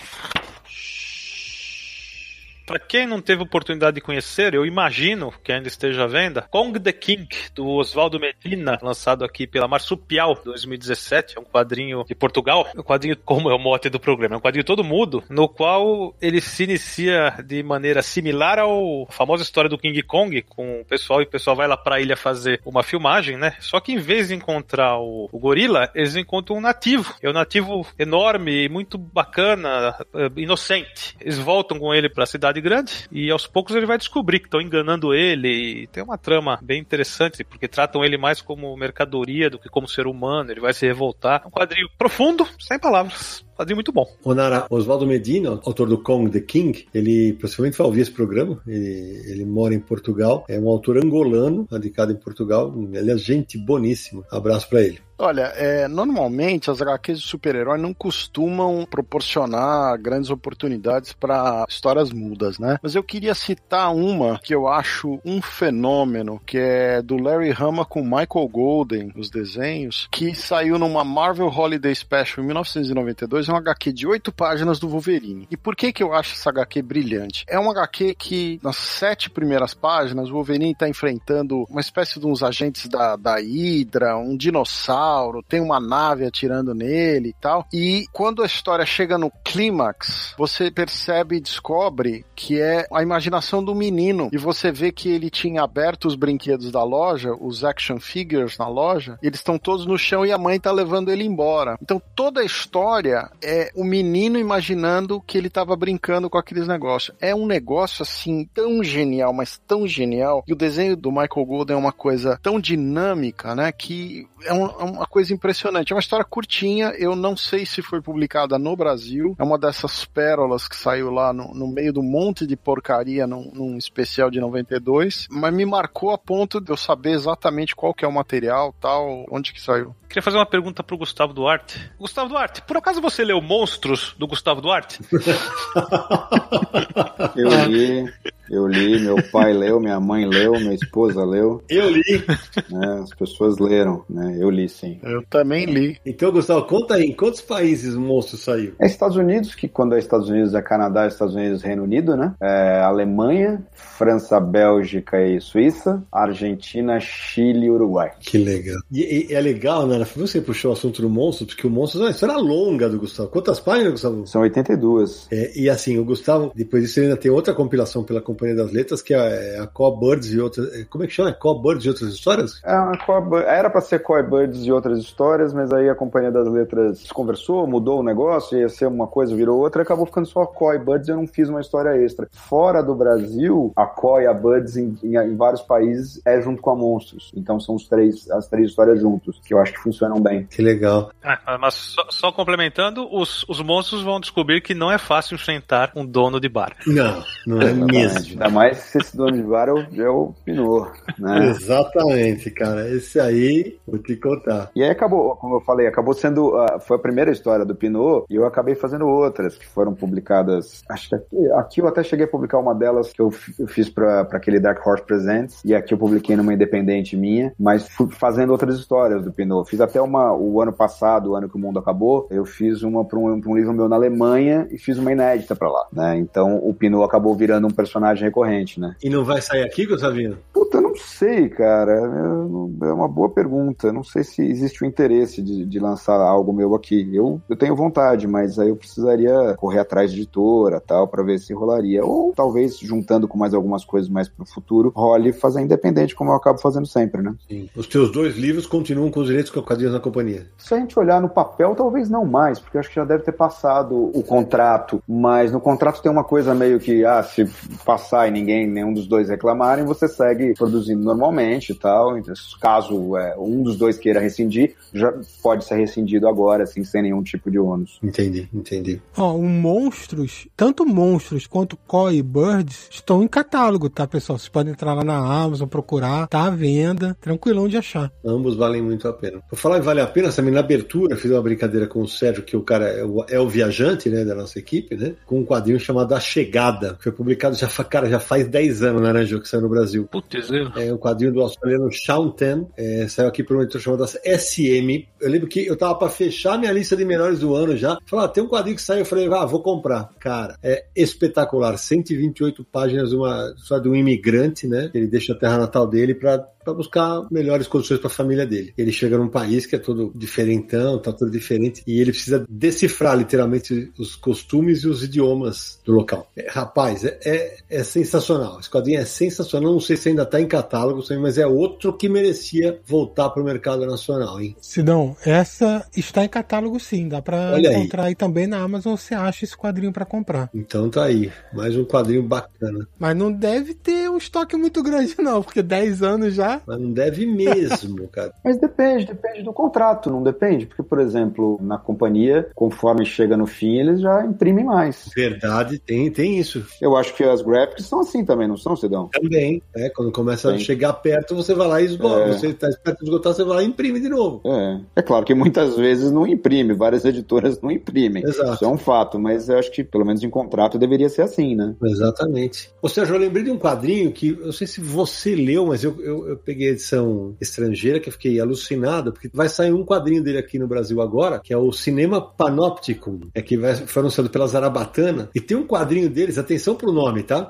Pra quem não teve oportunidade de conhecer, eu imagino que ainda esteja à venda, Kong the King, do Oswaldo Medina, lançado aqui pela Marsupial 2017, é um quadrinho de Portugal, um quadrinho, como é o mote do programa, é um quadrinho todo mudo, no qual ele se inicia de maneira similar à famosa história do King Kong, com o pessoal, e o pessoal vai lá pra ilha fazer uma filmagem, né? Só que em vez de encontrar o gorila, eles encontram um nativo. É um nativo enorme, muito bacana, inocente. Eles voltam com ele pra cidade grande e aos poucos ele vai descobrir que estão enganando ele, e tem uma trama bem interessante porque tratam ele mais como mercadoria do que como ser humano. Ele vai se revoltar. É um quadrinho profundo, sem palavras. Quadrinho muito bom. Onara, Oswaldo Medina, autor do Kong the King, ele possivelmente vai ouvir esse programa. Ele mora em Portugal, é um autor angolano, radicado em Portugal. Ele é gente boníssima. Abraço pra ele. Olha, normalmente as HQs de super-herói não costumam proporcionar grandes oportunidades para histórias mudas, né? Mas eu queria citar uma que eu acho um fenômeno, que é do Larry Hama com Michael Golden, os desenhos, que saiu numa Marvel Holiday Special em 1992, é uma HQ de 8 páginas do Wolverine. E por que eu acho essa HQ brilhante? É uma HQ que, nas 7 primeiras páginas, o Wolverine está enfrentando uma espécie de uns agentes da Hydra, um dinossauro, tem uma nave atirando nele e tal, e quando a história chega no clímax, você percebe e descobre que é a imaginação do menino, e você vê que ele tinha aberto os brinquedos da loja, os action figures na loja, eles estão todos no chão e a mãe tá levando ele embora. Então toda a história é o menino imaginando que ele tava brincando com aqueles negócios. É um negócio assim tão genial, mas tão genial, e o desenho do Michael Golden é uma coisa tão dinâmica, né, que é uma coisa impressionante. É uma história curtinha, eu não sei se foi publicada no Brasil, é uma dessas pérolas que saiu lá no meio do monte de porcaria num especial de 92, mas me marcou a ponto de eu saber exatamente qual que é o material, tal, onde que saiu. Queria fazer uma pergunta pro Gustavo Duarte. Gustavo Duarte, por acaso você leu Monstros do Gustavo Duarte? Eu li, meu pai leu, minha mãe leu, minha esposa leu. Eu li. Né, as pessoas leram, né? Eu li, sim. Eu também li. Então, Gustavo, conta aí, em quantos países o Monstro saiu? É Estados Unidos, que quando é Estados Unidos é Canadá, Estados Unidos Reino Unido, né? Alemanha, França, Bélgica e Suíça, Argentina, Chile e Uruguai. Que legal. E é legal, né? Você puxou o assunto do Monstro, porque o Monstro é uma história longa do Gustavo. Quantas páginas, Gustavo? São 82. E assim, o Gustavo, depois disso ele ainda tem outra compilação pela Companhia das Letras, que é a Coy Birds e outras... Como é que chama? Coy Birds e outras histórias? Era pra ser Coy Birds e outras histórias, mas aí a Companhia das Letras conversou, mudou o negócio, ia ser uma coisa, virou outra, e acabou ficando só Coy Birds e eu não fiz uma história extra. Fora do Brasil, a Coy e a Birds em vários países é junto com a Monstros. Então são as três histórias juntos, que eu acho que funcionam bem. Que legal. Mas só complementando, os monstros vão descobrir que não é fácil enfrentar um dono de bar. Não é mesmo. Ainda mais se esse dono de bar é o Pinot, né? Exatamente, cara. Esse aí, vou te contar. E aí acabou, como eu falei, acabou sendo... foi a primeira história do Pinot e eu acabei fazendo outras que foram publicadas. Acho que aqui eu até cheguei a publicar uma delas que eu fiz pra aquele Dark Horse Presents, e aqui eu publiquei numa independente minha, mas fui fazendo outras histórias do Pinot. Fiz até o ano passado, o ano que o mundo acabou, eu fiz uma pra um livro meu na Alemanha e fiz uma inédita pra lá, né? Então o Pinot acabou virando um personagem recorrente, né? E não vai sair aqui, Gustavinho? Puta, eu não sei, cara. É uma boa pergunta. Não sei se existe o interesse de lançar algo meu aqui. Eu tenho vontade, mas aí eu precisaria correr atrás de editora, tal, pra ver se rolaria. Ou talvez, juntando com mais algumas coisas mais pro futuro, role fazer independente, como eu acabo fazendo sempre, né? Sim. Os teus 2 livros continuam com os direitos com quadrinhos na companhia? Se a gente olhar no papel, talvez não mais, porque eu acho que já deve ter passado o contrato, mas no contrato tem uma coisa meio que, se passar e nenhum dos dois reclamarem, você segue produzindo normalmente e tal. Então, caso um dos dois queira rescindir, já pode ser rescindido agora, assim, sem nenhum tipo de ônus. Entendi. O Monstros, tanto Monstros quanto Koi e Birds estão em catálogo, tá, pessoal? Vocês podem entrar lá na Amazon, procurar, tá à venda, tranquilão de achar. Ambos valem muito a pena. Por falar em vale a pena, também na abertura eu fiz uma brincadeira com o Sérgio, que o cara é o viajante, né, da nossa equipe, né, com um quadrinho chamado A Chegada, que foi publicado já faz 10 anos, né, Naranjo, que saiu no Brasil. Putz, É um quadrinho do australiano Sean Tan, saiu aqui por uma editora chamada SM. Eu lembro que eu tava pra fechar minha lista de melhores do ano já. Falei, tem um quadrinho que saiu, eu falei, vou comprar. Cara, é espetacular. 128 páginas, uma história de um imigrante, né? Ele deixa a terra natal dele pra buscar melhores condições para a família dele. Ele chega num país que é todo diferentão, tá tudo diferente, e ele precisa decifrar literalmente os costumes e os idiomas do local. Rapaz, é sensacional. Esse quadrinho é sensacional. Não sei se ainda tá em catálogo, mas é outro que merecia voltar pro mercado nacional, hein? Sidão, essa está em catálogo sim, dá pra encontrar aí também na Amazon, você acha esse quadrinho pra comprar. Então tá aí, mais um quadrinho bacana. Mas não deve ter um estoque muito grande não, porque 10 anos já. Mas não deve mesmo, cara. Mas depende do contrato, não depende? Porque, por exemplo, na companhia, conforme chega no fim, eles já imprimem mais. Verdade, tem isso. Eu acho que as graphics são assim também, não são, Cidão? Também, quando começa a chegar perto, você vai lá e esgota. Você tá perto de esgotar, você vai lá e imprime de novo. É claro que muitas vezes não imprime, várias editoras não imprimem. Exato. Isso é um fato, mas eu acho que pelo menos em contrato deveria ser assim, né? Exatamente. Ou seja, eu lembrei de um quadrinho que, eu não sei se você leu, mas eu peguei a edição estrangeira, que eu fiquei alucinado, porque vai sair um quadrinho dele aqui no Brasil agora, que é o Cinema Panopticum, que foi anunciado pela Zarabatana, e tem um quadrinho deles, atenção pro nome, tá?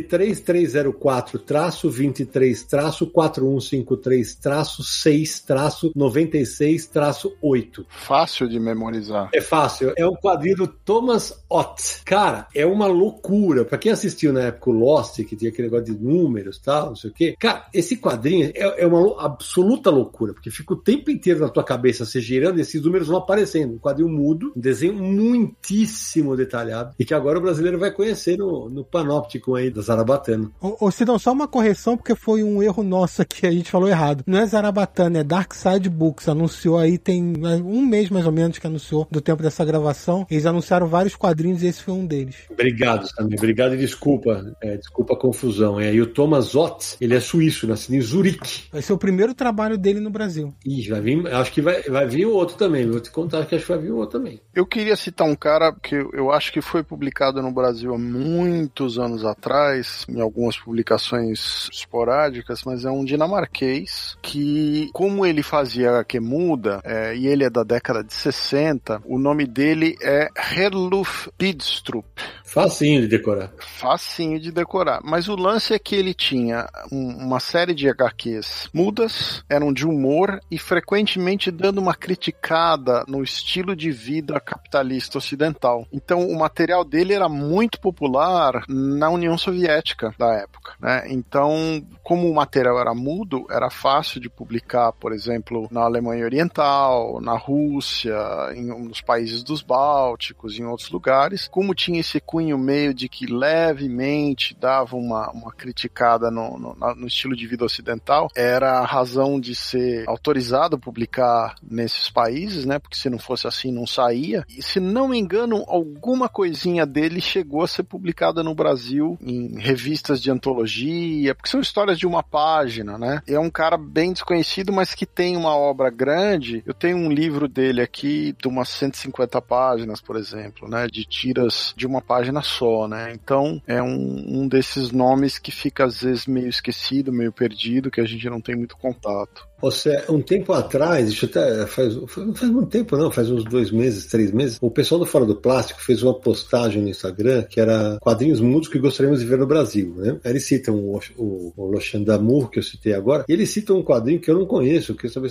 73304-2153-6-96-8. Fácil de memorizar. É fácil. É um quadrinho do Thomas Ott. Cara, é uma loucura. Pra quem assistiu na época o Lost, que tinha aquele negócio de números e tal, não sei o quê. Cara, esse quadrinho é uma absoluta loucura, porque fica o tempo inteiro na tua cabeça se girando e esses números vão aparecendo. Um quadrinho mudo, um desenho muitíssimo detalhado, e que agora o brasileiro vai conhecer no Panopticum aí da Zarabatana. Ô Sidão, só uma correção, porque foi um erro nosso aqui, a gente falou errado. Não é Zarabatana, é Dark Side Books. Anunciou aí, tem um mês mais ou menos que anunciou do tempo dessa gravação. Eles anunciaram vários quadrinhos e esse foi um deles. Obrigado, Samir. Obrigado e desculpa. Desculpa a confusão. E o Thomas Ott, ele é suíço, nascido em Zurique. Vai ser o primeiro trabalho dele no Brasil. Ih, vai vir, acho que vai vir o outro também. Vou te contar que acho que vai vir o outro também. Eu queria citar um cara que eu acho que foi publicado no Brasil há muitos anos atrás, em algumas publicações esporádicas, mas é um dinamarquês que, como ele fazia HQ muda, e ele é da década de 60, o nome dele é Herluf Bidstrup. Facinho de decorar. Facinho de decorar. Mas o lance é que ele tinha uma série de HQs mudas, eram de humor e frequentemente dando uma criticada no estilo de vida capitalista ocidental. Então o material dele era muito popular na União Soviética da época, né? Então, como o material era mudo, era fácil de publicar, por exemplo, na Alemanha Oriental, na Rússia, nos países dos Bálticos, em outros lugares. Como tinha esse cunho meio de que levemente dava uma criticada no estilo de vida ocidental, era a razão de ser autorizado a publicar nesses países, né? Porque se não fosse assim, não saía. E se não me engano, alguma coisinha dele chegou a ser publicada no Brasil em revistas de antologia, porque são histórias de uma página, né? É um cara bem desconhecido, mas que tem uma obra grande. Eu tenho um livro dele aqui de umas 150 páginas, por exemplo, né? De tiras de uma página só, né? Então, é um desses nomes que fica às vezes meio esquecido, meio perdido, que a gente não tem muito contato. Você, um tempo atrás, isso até não faz muito tempo não, faz uns 2 meses, 3 meses, o pessoal do Fora do Plástico fez uma postagem no Instagram que era quadrinhos mudos que gostaríamos de ver no Brasil, né? Aí eles citam o Lochan Damour, que eu citei agora, e eles citam um quadrinho que eu não conheço, que talvez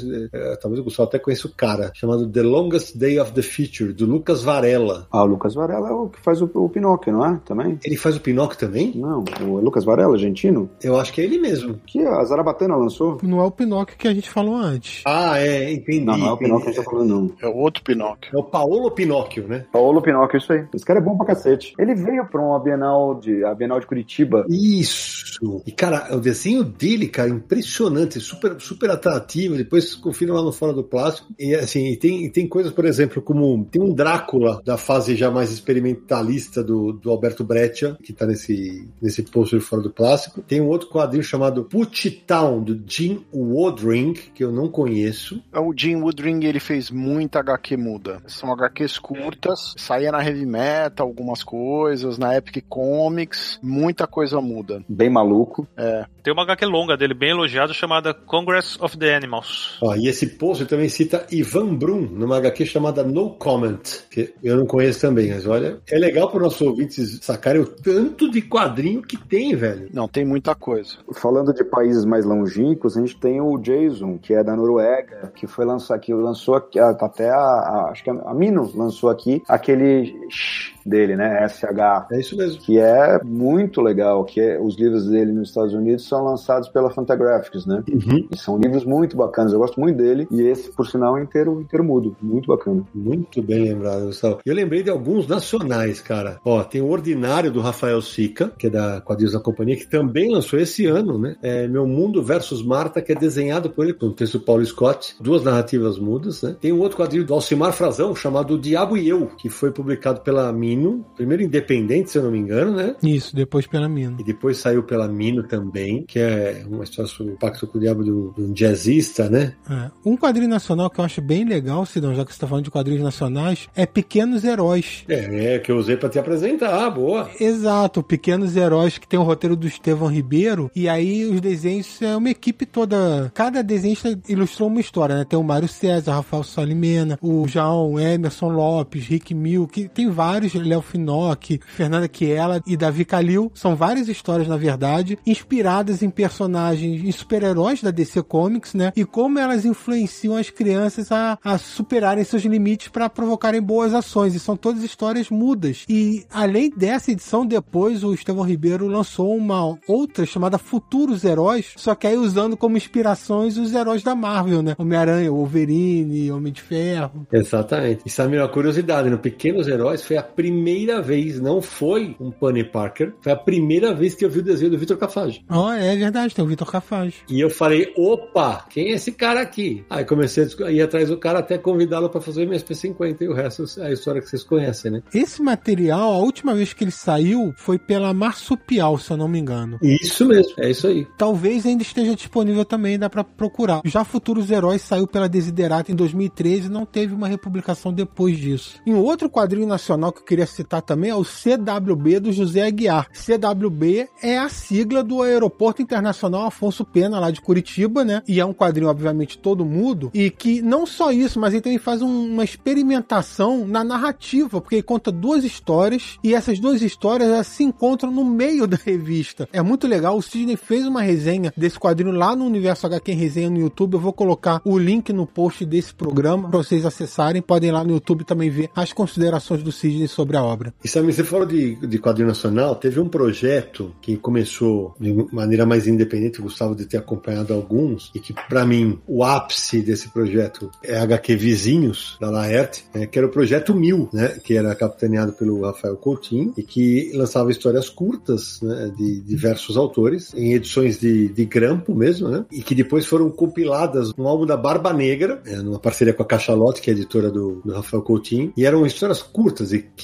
o Gustavo até conheça o cara, chamado The Longest Day of the Future, do Lucas Varela. Ah, o Lucas Varela é o que faz o Pinóquio, não é? Também? Ele faz o Pinóquio também? Não, o Lucas Varela, argentino? Eu acho que é ele mesmo. Que a Zarabatana lançou? Não é o Pinóquio que a gente falou antes. Ah, entendi. Não é o Pinóquio que a gente tá falando, não. É o outro Pinóquio. É o Paolo Pinóquio, né? Paolo Pinóquio, isso aí. Esse cara é bom pra cacete. Ele veio pra a Bienal de Curitiba. Isso. E, cara, o desenho dele, cara, impressionante, super, super atrativo. Depois confira lá no Fora do Plástico. E, assim, tem coisas, por exemplo, como tem um Drácula da fase já mais experimentalista do Alberto Breccia, que tá nesse pôster Fora do Plástico. Tem um outro quadrinho chamado Put Town, do Jim Woodring, que eu não conheço. O Jim Woodring, ele fez muita HQ muda. São HQs curtas, saía na Heavy Metal, algumas coisas, na Epic Comics, muita coisa muda. Bem maluco. É. Tem uma HQ longa dele, bem elogiada, chamada Congress of the Animals. E esse pôster também cita Ivan Brum, numa HQ chamada No Comment, que eu não conheço também, mas olha, é legal para os nossos ouvintes sacarem o tanto de quadrinho que tem, velho. Não, tem muita coisa. Falando de países mais longínquos, a gente tem o Jason, que é da Noruega, que lançou aqui, até acho que a Mino lançou aqui aquele dele, né, SH. É isso mesmo. Que é muito legal, os livros dele nos Estados Unidos são lançados pela Fantagraphics, né? Uhum. E são livros muito bacanas, eu gosto muito dele, e esse, por sinal, é inteiro mudo, muito bacana. Muito bem lembrado, Gustavo. Eu lembrei de alguns nacionais, cara. Tem o Ordinário, do Rafael Sica, que é da Quadrinhos da Companhia, que também lançou esse ano, né? Meu Mundo versus Marta, que é desenhado por ele, com o texto do Paulo Scott, 2 narrativas mudas, né? Tem um outro quadrinho do Alcimar Frazão, chamado O Diabo e Eu, que foi publicado pela Mino, primeiro independente, se eu não me engano, né? Isso, depois pela Mino. E depois saiu pela Mino também, que é uma história sobre o pacto com o diabo de um jazzista, né? Um quadrinho nacional que eu acho bem legal, Sidão, já que você tá falando de quadrinhos nacionais, é Pequenos Heróis. Que eu usei pra te apresentar, boa. Exato, Pequenos Heróis, que tem o roteiro do Estevão Ribeiro, e aí os desenhos é uma equipe toda, cada desenhista ilustrou uma história, né? Tem o Mário César, Rafael Solimena, o João Emerson Lopes, Rick Milk, tem vários, Léo Finocchi, Fernanda Chiella e Davi Calil, são várias histórias, na verdade, inspiradas em personagens, em super-heróis da DC Comics, né? E como elas influenciam as crianças a superarem seus limites para provocarem boas ações, e são todas histórias mudas. E além dessa edição, depois o Estevão Ribeiro lançou uma outra chamada Futuros Heróis, só que aí usando como inspirações os heróis da Marvel, né? Homem-Aranha, Wolverine, Homem de Ferro. Exatamente. E sabe uma curiosidade, no Pequenos Heróis foi a primeira vez, não foi um Penny Parker, foi a primeira vez que eu vi o desenho do Vitor Cafage. É verdade, tem o Vitor Cafage. E eu falei, opa, quem é esse cara aqui? Aí comecei a ir atrás do cara até convidá-lo para fazer o MSP50 e o resto é a história que vocês conhecem, né? Esse material, a última vez que ele saiu foi pela Marsupial, se eu não me engano. Isso mesmo, é isso aí. Talvez ainda esteja disponível também, dá pra procurar. Já Futuros Heróis saiu pela Desiderata em 2013 e não teve uma republicação depois disso. E um outro quadrinho nacional que eu queria citar também é o CWB do José Aguiar. CWB é a sigla do Aeroporto Internacional Afonso Pena, lá de Curitiba, né? E é um quadrinho, obviamente, todo mudo, e que não só isso, mas ele também faz uma experimentação na narrativa, porque ele conta 2 histórias, e essas 2 histórias elas se encontram no meio da revista. É muito legal, o Sidney fez uma resenha desse quadrinho lá no Universo HQ em Resenha no YouTube, eu vou colocar o link no post desse programa para vocês acessarem, podem ir lá no YouTube também ver as considerações do Sidney sobre a obra. E sabe, você falou de quadrinho nacional, teve um projeto que começou de maneira mais independente, eu gostava de ter acompanhado alguns, e que pra mim o ápice desse projeto é HQ Vizinhos, da Laerte, que era o Projeto 1000, né, que era capitaneado pelo Rafael Coutinho, e que lançava histórias curtas, né, de diversos autores, em edições de grampo mesmo, né, e que depois foram compiladas no álbum da Barba Negra, numa parceria com a Cachalote, que é a editora do Rafael Coutinho, e eram histórias curtas, de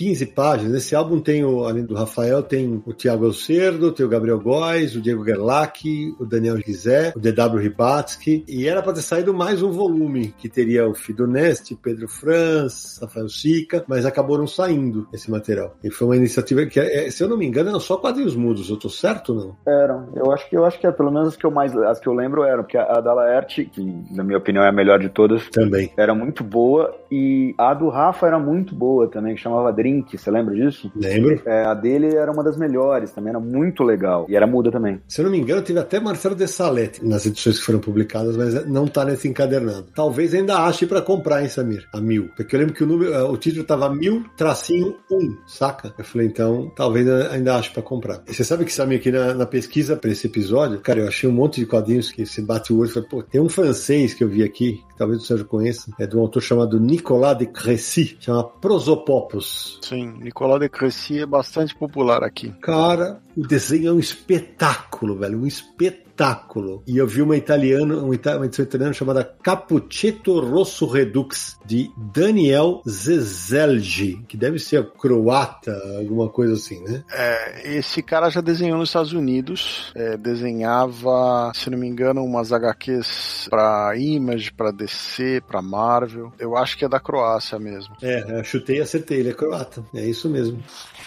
15 páginas. Nesse álbum tem, além do Rafael, tem o Thiago Elcerdo, tem o Gabriel Góes, o Diego Gerlach, o Daniel Guizet, o D.W. Ribatsky, e era para ter saído mais um volume, que teria o Fido Nesti, Pedro Franz, Rafael Sica, mas acabou não saindo esse material. E foi uma iniciativa que, se eu não me engano, eram só quadrinhos mudos. Eu tô certo ou não? Eram. Eu acho que pelo menos as que eu lembro eram, porque a da Laerte, que na minha opinião é a melhor de todas, também era muito boa, e a do Rafa era muito boa também, que chamava Drink, você lembra disso? Lembro. A dele era uma das melhores, também era muito legal, e era muda também. Se eu não me engano, teve até Marcelo de Salete nas edições que foram publicadas, mas não tá nesse encadernado. Talvez ainda ache pra comprar, hein, Samir? A 1000. Porque eu lembro que o título tava 1000-1, saca? Eu falei, então, talvez ainda ache pra comprar. E você sabe que, Samir, aqui na pesquisa pra esse episódio, cara, eu achei um monte de quadrinhos que se bate o olho e fala, pô, tem um francês que eu vi aqui, que talvez o Sérgio conheça, é de um autor chamado Nicolas de Crécy, chama Prosopopos. Sim, Nicolas de Crécy é bastante popular aqui. Cara, o desenho é um espetáculo, velho, um espetáculo. E eu vi uma edição italiana chamada Cappuccetto Rosso Redux, de Daniel Zezelji, que deve ser croata, alguma coisa assim, né? Esse cara já desenhou nos Estados Unidos, desenhava, se não me engano, umas HQs pra Image, pra DC, pra Marvel. Eu acho que é da Croácia mesmo. Eu chutei e acertei, ele é croata, é isso mesmo.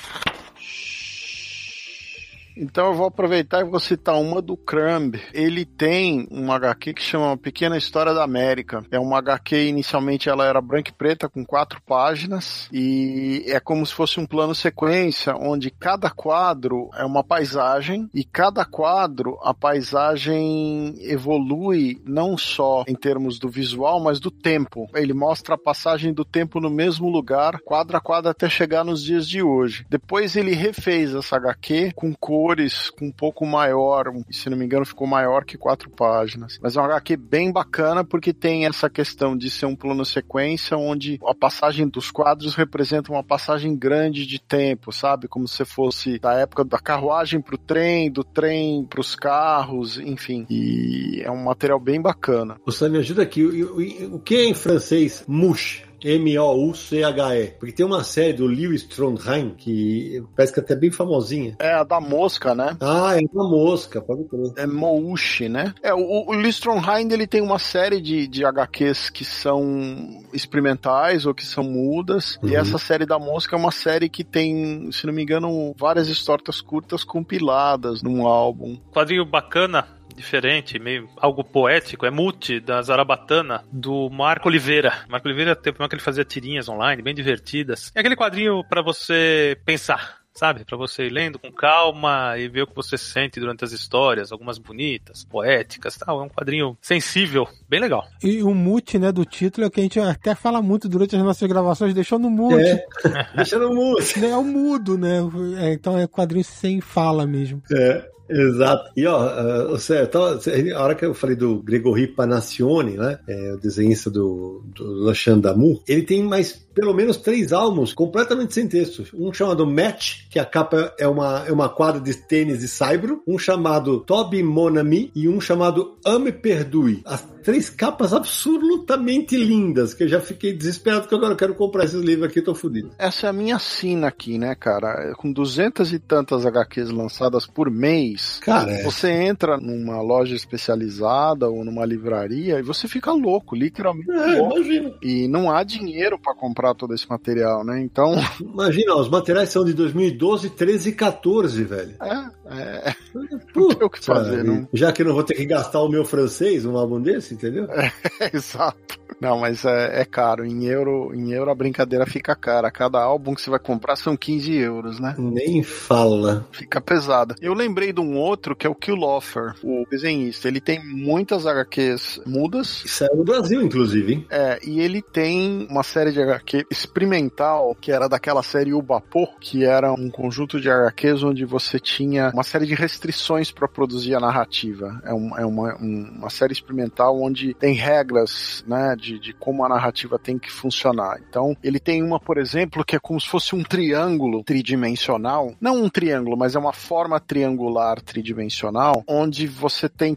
Então eu vou aproveitar e vou citar uma do Crumb. Ele tem uma HQ que chama Uma Pequena História da América. É uma HQ, inicialmente ela era branca e preta, com 4 páginas, e é como se fosse um plano sequência, onde cada quadro é uma paisagem, e cada quadro, a paisagem evolui não só em termos do visual, mas do tempo. Ele mostra a passagem do tempo no mesmo lugar, quadro a quadro, até chegar nos dias de hoje. Depois ele refez essa HQ com cores, com um pouco maior, se não me engano ficou maior que 4 páginas. Mas é uma HQ bem bacana porque tem essa questão de ser um plano sequência onde a passagem dos quadros representa uma passagem grande de tempo, sabe? Como se fosse da época da carruagem pro trem, do trem pros carros, enfim. E é um material bem bacana. Você me ajuda aqui, o que é em francês mouche? M-O-U-C-H-E. Porque tem uma série do Lewis Trondheim que parece que até é bem famosinha. É a da mosca, né? Ah, é uma mosca, pode crer. É Mouche, né? O Lewis Trondheim, ele tem uma série de HQs que são experimentais ou que são mudas. E essa série da mosca é uma série que tem, se não me engano, várias histórias curtas compiladas num álbum. Quadrinho bacana, diferente, meio algo poético, é Muti, da Zarabatana, do Marco Oliveira. Marco Oliveira tem uma que ele fazia tirinhas online, bem divertidas. É aquele quadrinho pra você pensar, sabe? Pra você ir lendo com calma e ver o que você sente durante as histórias, algumas bonitas, poéticas, tal. É um quadrinho sensível, bem legal. E o mute, né, do título é que a gente até fala muito durante as nossas gravações, deixou no mute. Deixa no mute. É o mudo, né? Então é quadrinho sem fala mesmo. Exato. E ó, a hora que eu falei do Gregory Panassione, né, o desenhista do Lachan Damu, ele tem mais pelo menos 3 álbuns completamente sem texto. Um chamado Match, que a capa é uma quadra de tênis de saibro, um chamado Toby Monami e um chamado Ame Perdue. As 3 capas absolutamente lindas, que eu já fiquei desesperado que agora eu quero comprar esses livros aqui, tô fudido. Essa é a minha sina aqui, né, cara? Com 200 e tantas HQs lançadas por mês, cara, você entra numa loja especializada ou numa livraria e você fica louco, literalmente louco. Imagina. E não há dinheiro pra comprar todo esse material, né? Então... Imagina, os materiais são de 2012, 13 e 14, velho. Não tem o que fazer, não. Já que eu não vou ter que gastar o meu francês, um álbum desse, entendeu? Exato. Não, mas é caro. Em euro a brincadeira fica cara. Cada álbum que você vai comprar são 15 euros, né? Nem fala. Fica pesada. Eu lembrei de um outro que é o Killoffer, o desenhista. Ele tem muitas HQs mudas. Isso é no Brasil, inclusive, hein? E ele tem uma série de HQ experimental, que era daquela série Ubapô, que era um conjunto de HQs onde você tinha uma série de restrições condições para produzir a narrativa. É uma série experimental onde tem regras, né, de como a narrativa tem que funcionar. Então, ele tem uma, por exemplo, que é como se fosse um triângulo tridimensional. Não um triângulo, mas é uma forma triangular tridimensional, onde você tem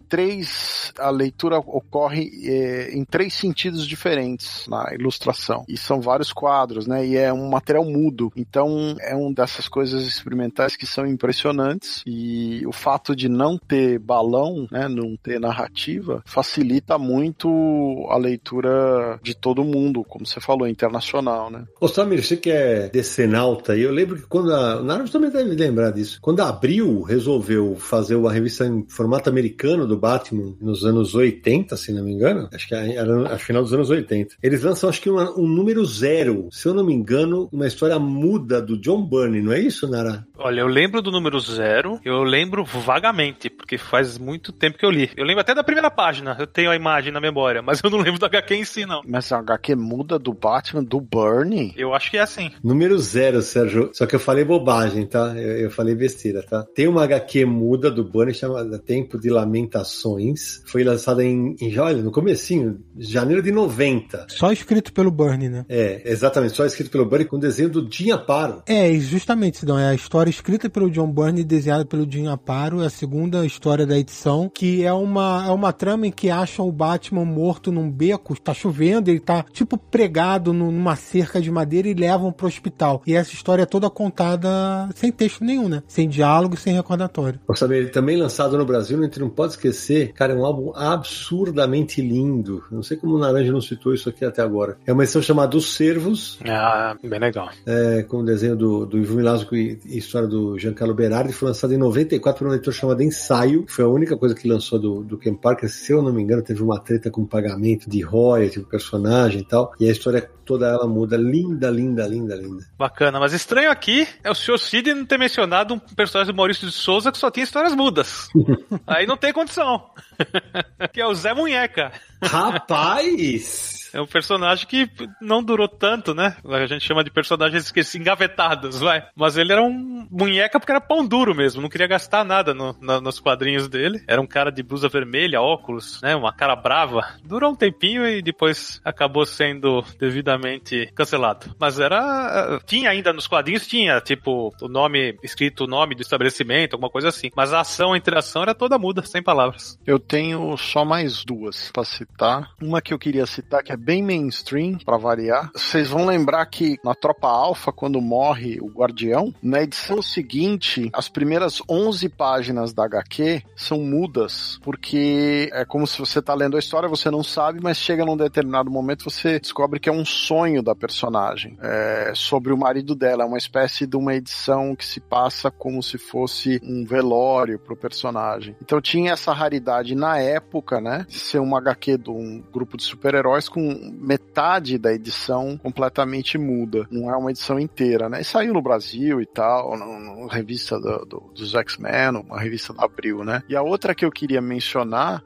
a leitura ocorre em 3 sentidos diferentes na ilustração. E são vários quadros, né? E é um material mudo. Então, é uma dessas coisas experimentais que são impressionantes. E o fato de não ter balão, né, não ter narrativa, facilita muito a leitura de todo mundo, como você falou, internacional, né? Ô Samir, você que é decenalta aí, eu lembro que quando o Naranjo também deve lembrar disso, quando a Abril resolveu fazer uma revista em formato americano do Batman nos anos 80, se não me engano, acho que era no final dos anos 80, eles lançam acho que um número 0, se eu não me engano, uma história muda do John Byrne, não é isso, Nara? Olha, eu lembro do número 0, eu lembro vagamente, porque faz muito tempo que eu li. Eu lembro até da primeira página, eu tenho a imagem na memória, mas eu não lembro do HQ em si, não. Mas a HQ muda do Batman, do Byrne? Eu acho que é assim. Número 0, Sérgio, só que eu falei bobagem, tá? Eu falei besteira, tá? Tem uma HQ muda do Byrne chamada Tempo de Lamentações, foi lançada olha, no comecinho, janeiro de 90. Só escrito pelo Byrne, né? É, exatamente, só escrito pelo Byrne com desenho do Jim Aparo. É, justamente, Sidão, é a história escrita pelo John Byrne e desenhada pelo Jim Aparo, é a segunda história da edição, que é uma trama em que acham o Batman morto num beco, tá chovendo, ele tá tipo pregado numa cerca de madeira e levam pro hospital. E essa história é toda contada sem texto nenhum, né? Sem diálogo, sem recordatório. Por saber, ele também lançado no Brasil, a gente não pode esquecer, cara, é um álbum absurdamente lindo. Não sei como o Naranja não citou isso aqui até agora. É uma edição chamada Os Servos. Ah, bem legal. Com o desenho do Ivo Milazzo e história do Giancarlo Berardi. Foi lançado em 94 por um editor chamado Ensaio. Foi a única coisa que lançou do Ken Parker. Se eu não me engano, teve uma treta com pagamento de royalty do personagem e tal. E a história toda ela muda. Linda, linda, linda, linda. Bacana, mas estranho aqui é o Sr. Cid não ter mencionado um personagem do Maurício de Souza que só tinha histórias mudas. Aí não tem condição. Que é o Zé Munheca. Rapaz! É um personagem que não durou tanto, né? A gente chama de personagens engavetados, vai. Mas ele era um munheca porque era pão duro mesmo. Não queria gastar nada nos quadrinhos dele. Era um cara de blusa vermelha, óculos, né? Uma cara brava. Durou um tempinho e depois acabou sendo devidamente cancelado. Mas tinha ainda nos quadrinhos, tinha, tipo, escrito o nome do estabelecimento, alguma coisa assim. Mas a interação era toda muda, sem palavras. Eu tenho só mais 2 pra citar. Uma que eu queria citar, que é bem mainstream, pra variar. Vocês vão lembrar que na Tropa Alpha, quando morre o Guardião, na edição seguinte, as primeiras 11 páginas da HQ são mudas, porque é como se você tá lendo a história, você não sabe, mas chega num determinado momento, você descobre que é um sonho da personagem, sobre o marido dela. É uma espécie de uma edição que se passa como se fosse um velório pro personagem. Então tinha essa raridade na época, né, de ser uma HQ de um grupo de super-heróis com metade da edição completamente muda. Não é uma edição inteira, né? E saiu no Brasil e tal, na revista dos X-Men, uma revista da Abril, né? E a outra que eu queria mencionar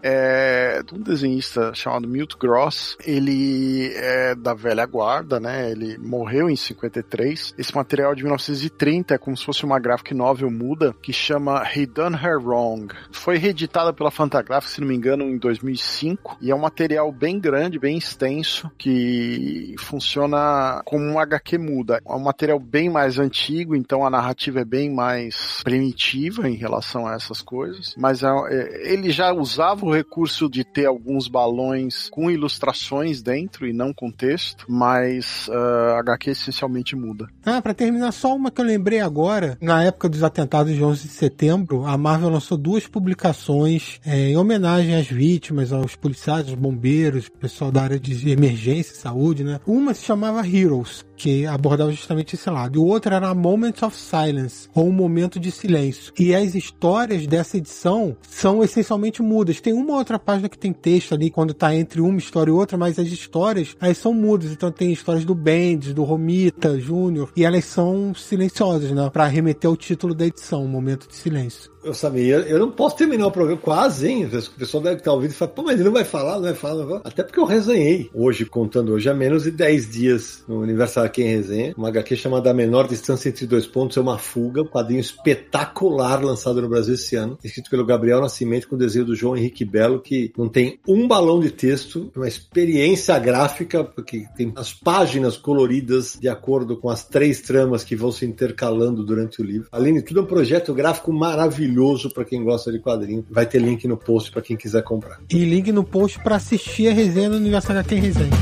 é de um desenhista chamado Milt Gross. Ele é da velha guarda, né? Ele morreu em 53. Esse material é de 1930, é como se fosse uma graphic novel muda, que chama He Done Her Wrong. Foi reeditada pela Fantagraphics, se não me engano, em 2005, e é um material bem grande, bem extenso, que funciona como um HQ muda. É um material bem mais antigo, então a narrativa é bem mais primitiva em relação a essas coisas, mas ele já usava o recurso de ter alguns balões com ilustrações dentro e não com texto, mas a HQ essencialmente muda. Pra terminar, só uma que eu lembrei agora. Na época dos atentados de 11 de setembro, a Marvel lançou 2 publicações em homenagem às vítimas, aos policiais, aos bombeiros, pessoal da área de emergência e saúde, né? Uma se chamava Heroes, que abordava justamente esse lado. E o outro era Moments of Silence, ou um momento de silêncio. E as histórias dessa edição são essencialmente mudas. Tem uma outra página que tem texto ali, quando tá entre uma história e outra, mas as histórias, aí são mudas. Então tem histórias do Bendis, do Romita Jr., e elas são silenciosas, né? Pra remeter ao título da edição, Momento de Silêncio. Eu sabia, eu não posso terminar o programa quase, hein? O pessoal deve estar ouvindo e falar, mas ele não vai falar, não vai falar. Até porque eu resenhei hoje, contando hoje, há menos de 10 dias no Universal HQ em Resenha, uma HQ chamada A Menor Distância Entre Dois Pontos é uma Fuga, um quadrinho espetacular lançado no Brasil esse ano, escrito pelo Gabriel Nascimento com desenho do João Henrique Belo, que não tem um balão de texto, uma experiência gráfica, porque tem as páginas coloridas de acordo com as 3 tramas que vão se intercalando durante o livro. Além de tudo, é um projeto gráfico maravilhoso para quem gosta de quadrinho. Vai ter link no post para quem quiser comprar. E link no post para assistir a resenha do Universo HQ em Resenha.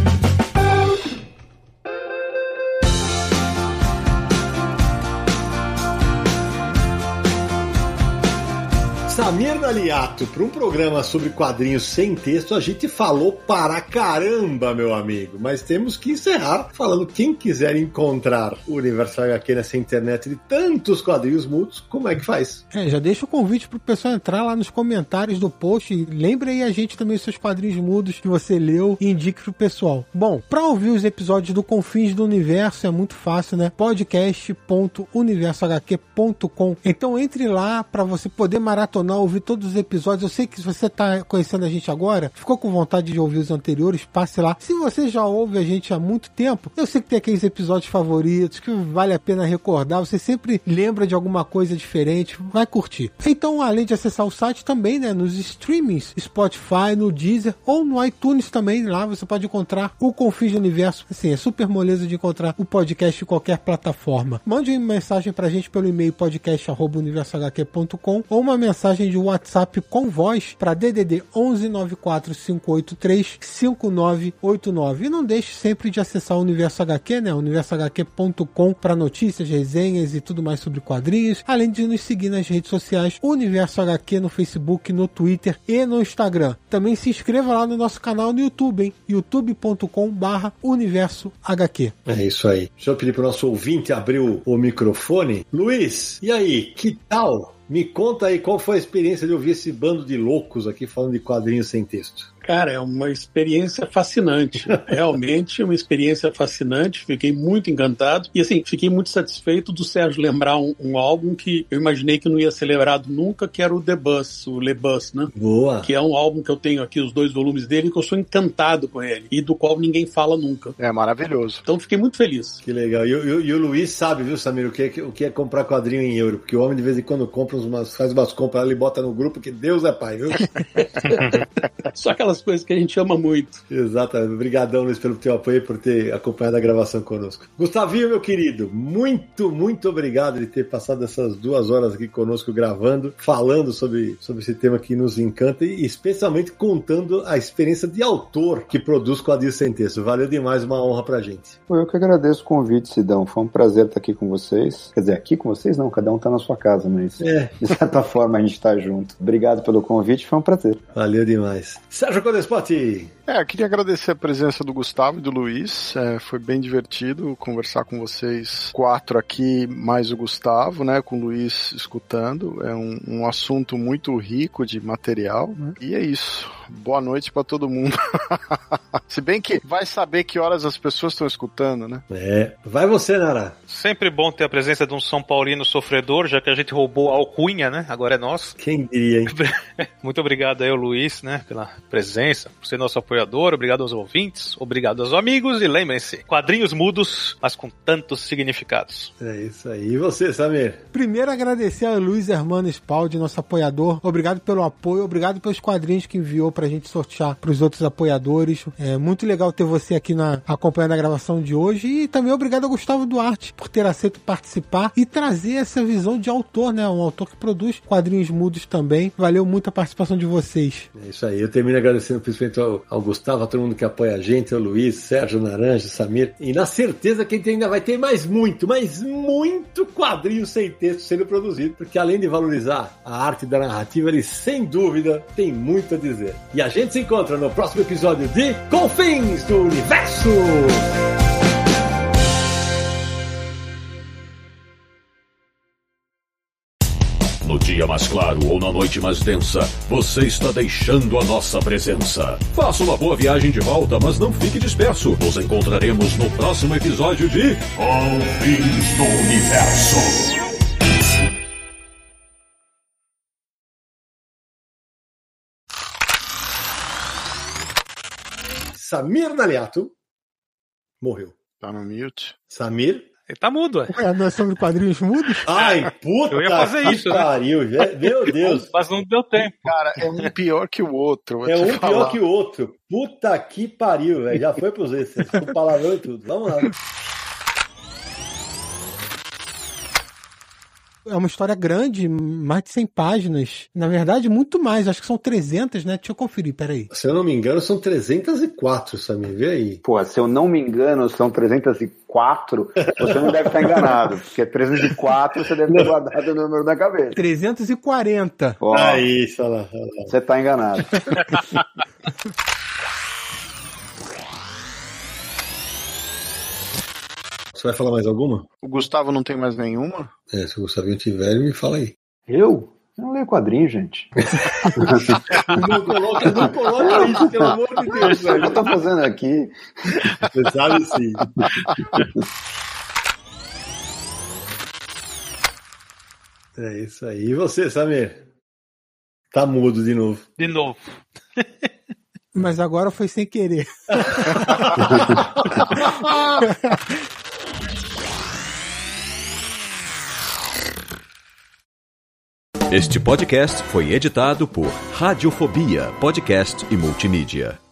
Samir Naliato, para um programa sobre quadrinhos sem texto, a gente falou para caramba, meu amigo. Mas temos que encerrar falando quem quiser encontrar o Universo HQ nessa internet de tantos quadrinhos mudos, como é que faz? Já deixa o convite pro pessoal entrar lá nos comentários do post e lembre aí a gente também os seus quadrinhos mudos que você leu e indique pro pessoal. Bom, para ouvir os episódios do Confins do Universo é muito fácil, né? podcast.universohq.com. Então entre lá para você poder maratonar, ouvir todos os episódios. Eu sei que se você está conhecendo a gente agora, ficou com vontade de ouvir os anteriores, passe lá. Se você já ouve a gente há muito tempo, eu sei que tem aqueles episódios favoritos que vale a pena recordar, você sempre lembra de alguma coisa diferente, vai curtir. Então, além de acessar o site também, né, nos streamings, Spotify, no Deezer ou no iTunes também, lá você pode encontrar o Confins do Universo. Assim, é super moleza de encontrar o podcast em qualquer plataforma. Mande uma mensagem pra gente pelo e-mail podcast@universohq.com ou uma mensagem de WhatsApp com voz para DDD 11 94 583 5989. E não deixe sempre de acessar o Universo HQ, né? universohq.com para notícias, resenhas e tudo mais sobre quadrinhos, além de nos seguir nas redes sociais Universo HQ no Facebook, no Twitter e no Instagram. Também se inscreva lá no nosso canal no YouTube, hein? youtube.com/Universo HQ. É isso aí. Deixa eu pedir para o nosso ouvinte abrir o microfone. Luiz, e aí, que tal? Me conta aí qual foi a experiência de ouvir esse bando de loucos aqui falando de quadrinhos sem texto. Cara, é uma experiência fascinante. Realmente uma experiência fascinante. Fiquei muito encantado. E assim, fiquei muito satisfeito do Sérgio lembrar um álbum que eu imaginei que não ia ser lembrado nunca, que era o The Bus, o Le Bus, né? Boa! Que é um álbum que eu tenho aqui, os 2 volumes dele, que eu sou encantado com ele. E do qual ninguém fala nunca. É maravilhoso. Então fiquei muito feliz. Que legal. E o Luiz sabe, viu, Samir, o que é comprar quadrinho em euro. Porque o homem de vez em quando compra faz umas compras ali e bota no grupo, que Deus é pai, viu? Só aquelas coisas que a gente ama muito. Exatamente. Obrigadão, Luiz, pelo teu apoio e por ter acompanhado a gravação conosco. Gustavinho, meu querido, muito, muito obrigado de ter passado essas 2 horas aqui conosco gravando, falando sobre esse tema que nos encanta e especialmente contando a experiência de autor que produz quadrinhos sem texto. Valeu demais, uma honra pra gente. Eu que agradeço o convite, Sidão. Foi um prazer estar aqui com vocês. Quer dizer, aqui com vocês não, cada um tá na sua casa, mas de certa forma a gente tá junto. Obrigado pelo convite, foi um prazer. Valeu demais. Sérgio Codespot. Eu queria agradecer a presença do Gustavo e do Luiz. Foi bem divertido conversar com vocês 4 aqui, mais o Gustavo, né, com o Luiz escutando. É um assunto muito rico de material, né? E é isso. Boa noite pra todo mundo. Se bem que vai saber que horas as pessoas estão escutando, né? Vai você, Nara. Sempre bom ter a presença de um São Paulino sofredor, já que a gente roubou a alcunha, né? Agora é nosso. Quem diria, hein? Muito obrigado aí ao Luiz, né, pela presença, por ser nosso apoiador. Obrigado aos ouvintes, obrigado aos amigos. E lembrem-se, quadrinhos mudos, mas com tantos significados. É isso aí. E você, Samir? Primeiro agradecer ao Luiz Hermano Spaldi, nosso apoiador. Obrigado pelo apoio, obrigado pelos quadrinhos que enviou pra gente sortear pros outros apoiadores. É muito legal ter você aqui acompanhando a gravação de hoje. E também obrigado ao Gustavo Duarte por ter aceito participar e trazer essa visão de autor, né? Um autor que produz quadrinhos mudos também. Valeu muito a participação de vocês. É isso aí. Eu termino agradecendo principalmente ao Gustavo, a todo mundo que apoia a gente, ao Luiz, Sérgio Naranja, Samir. E na certeza que a gente ainda vai ter mais muito quadrinho sem texto sendo produzido, porque além de valorizar a arte da narrativa, ele sem dúvida tem muito a dizer. E a gente se encontra no próximo episódio de Confins do Universo! No dia mais claro ou na noite mais densa, você está deixando a nossa presença. Faça uma boa viagem de volta, mas não fique disperso. Nos encontraremos no próximo episódio de Confins do Universo. Samir Naliato morreu. Tá no mute. Samir? Ele tá mudo, ué. Não é sobre quadrinhos mudos? Ai, puta Eu ia fazer que isso, né? pariu, meu Deus. Mas não deu tempo. Cara, é um pior que o outro. É um pior que o outro. Puta que pariu, velho. Já foi pros extras, com palavrão e tudo. Vamos lá. É uma história grande, mais de 100 páginas. Na verdade, muito mais. Acho que são 300, né? Deixa eu conferir, peraí. Se eu não me engano, são 304, Samir. Vê aí. Pô, se eu não me engano, são 304, você não deve estar enganado. Porque 304 você deve ter guardado o número na cabeça. 340. Ó, Aí, Sala. você tá enganado. Você vai falar mais alguma? O Gustavo não tem mais nenhuma? Se o Gustavinho tiver, me fala aí. Eu não leio quadrinho, gente. Não coloca isso, pelo amor de Deus, O que eu tô fazendo aqui? Você sabe sim. É isso aí. E você, Samir? Tá mudo de novo. De novo. Mas agora foi sem querer. Este podcast foi editado por Radiofobia, podcast e multimídia.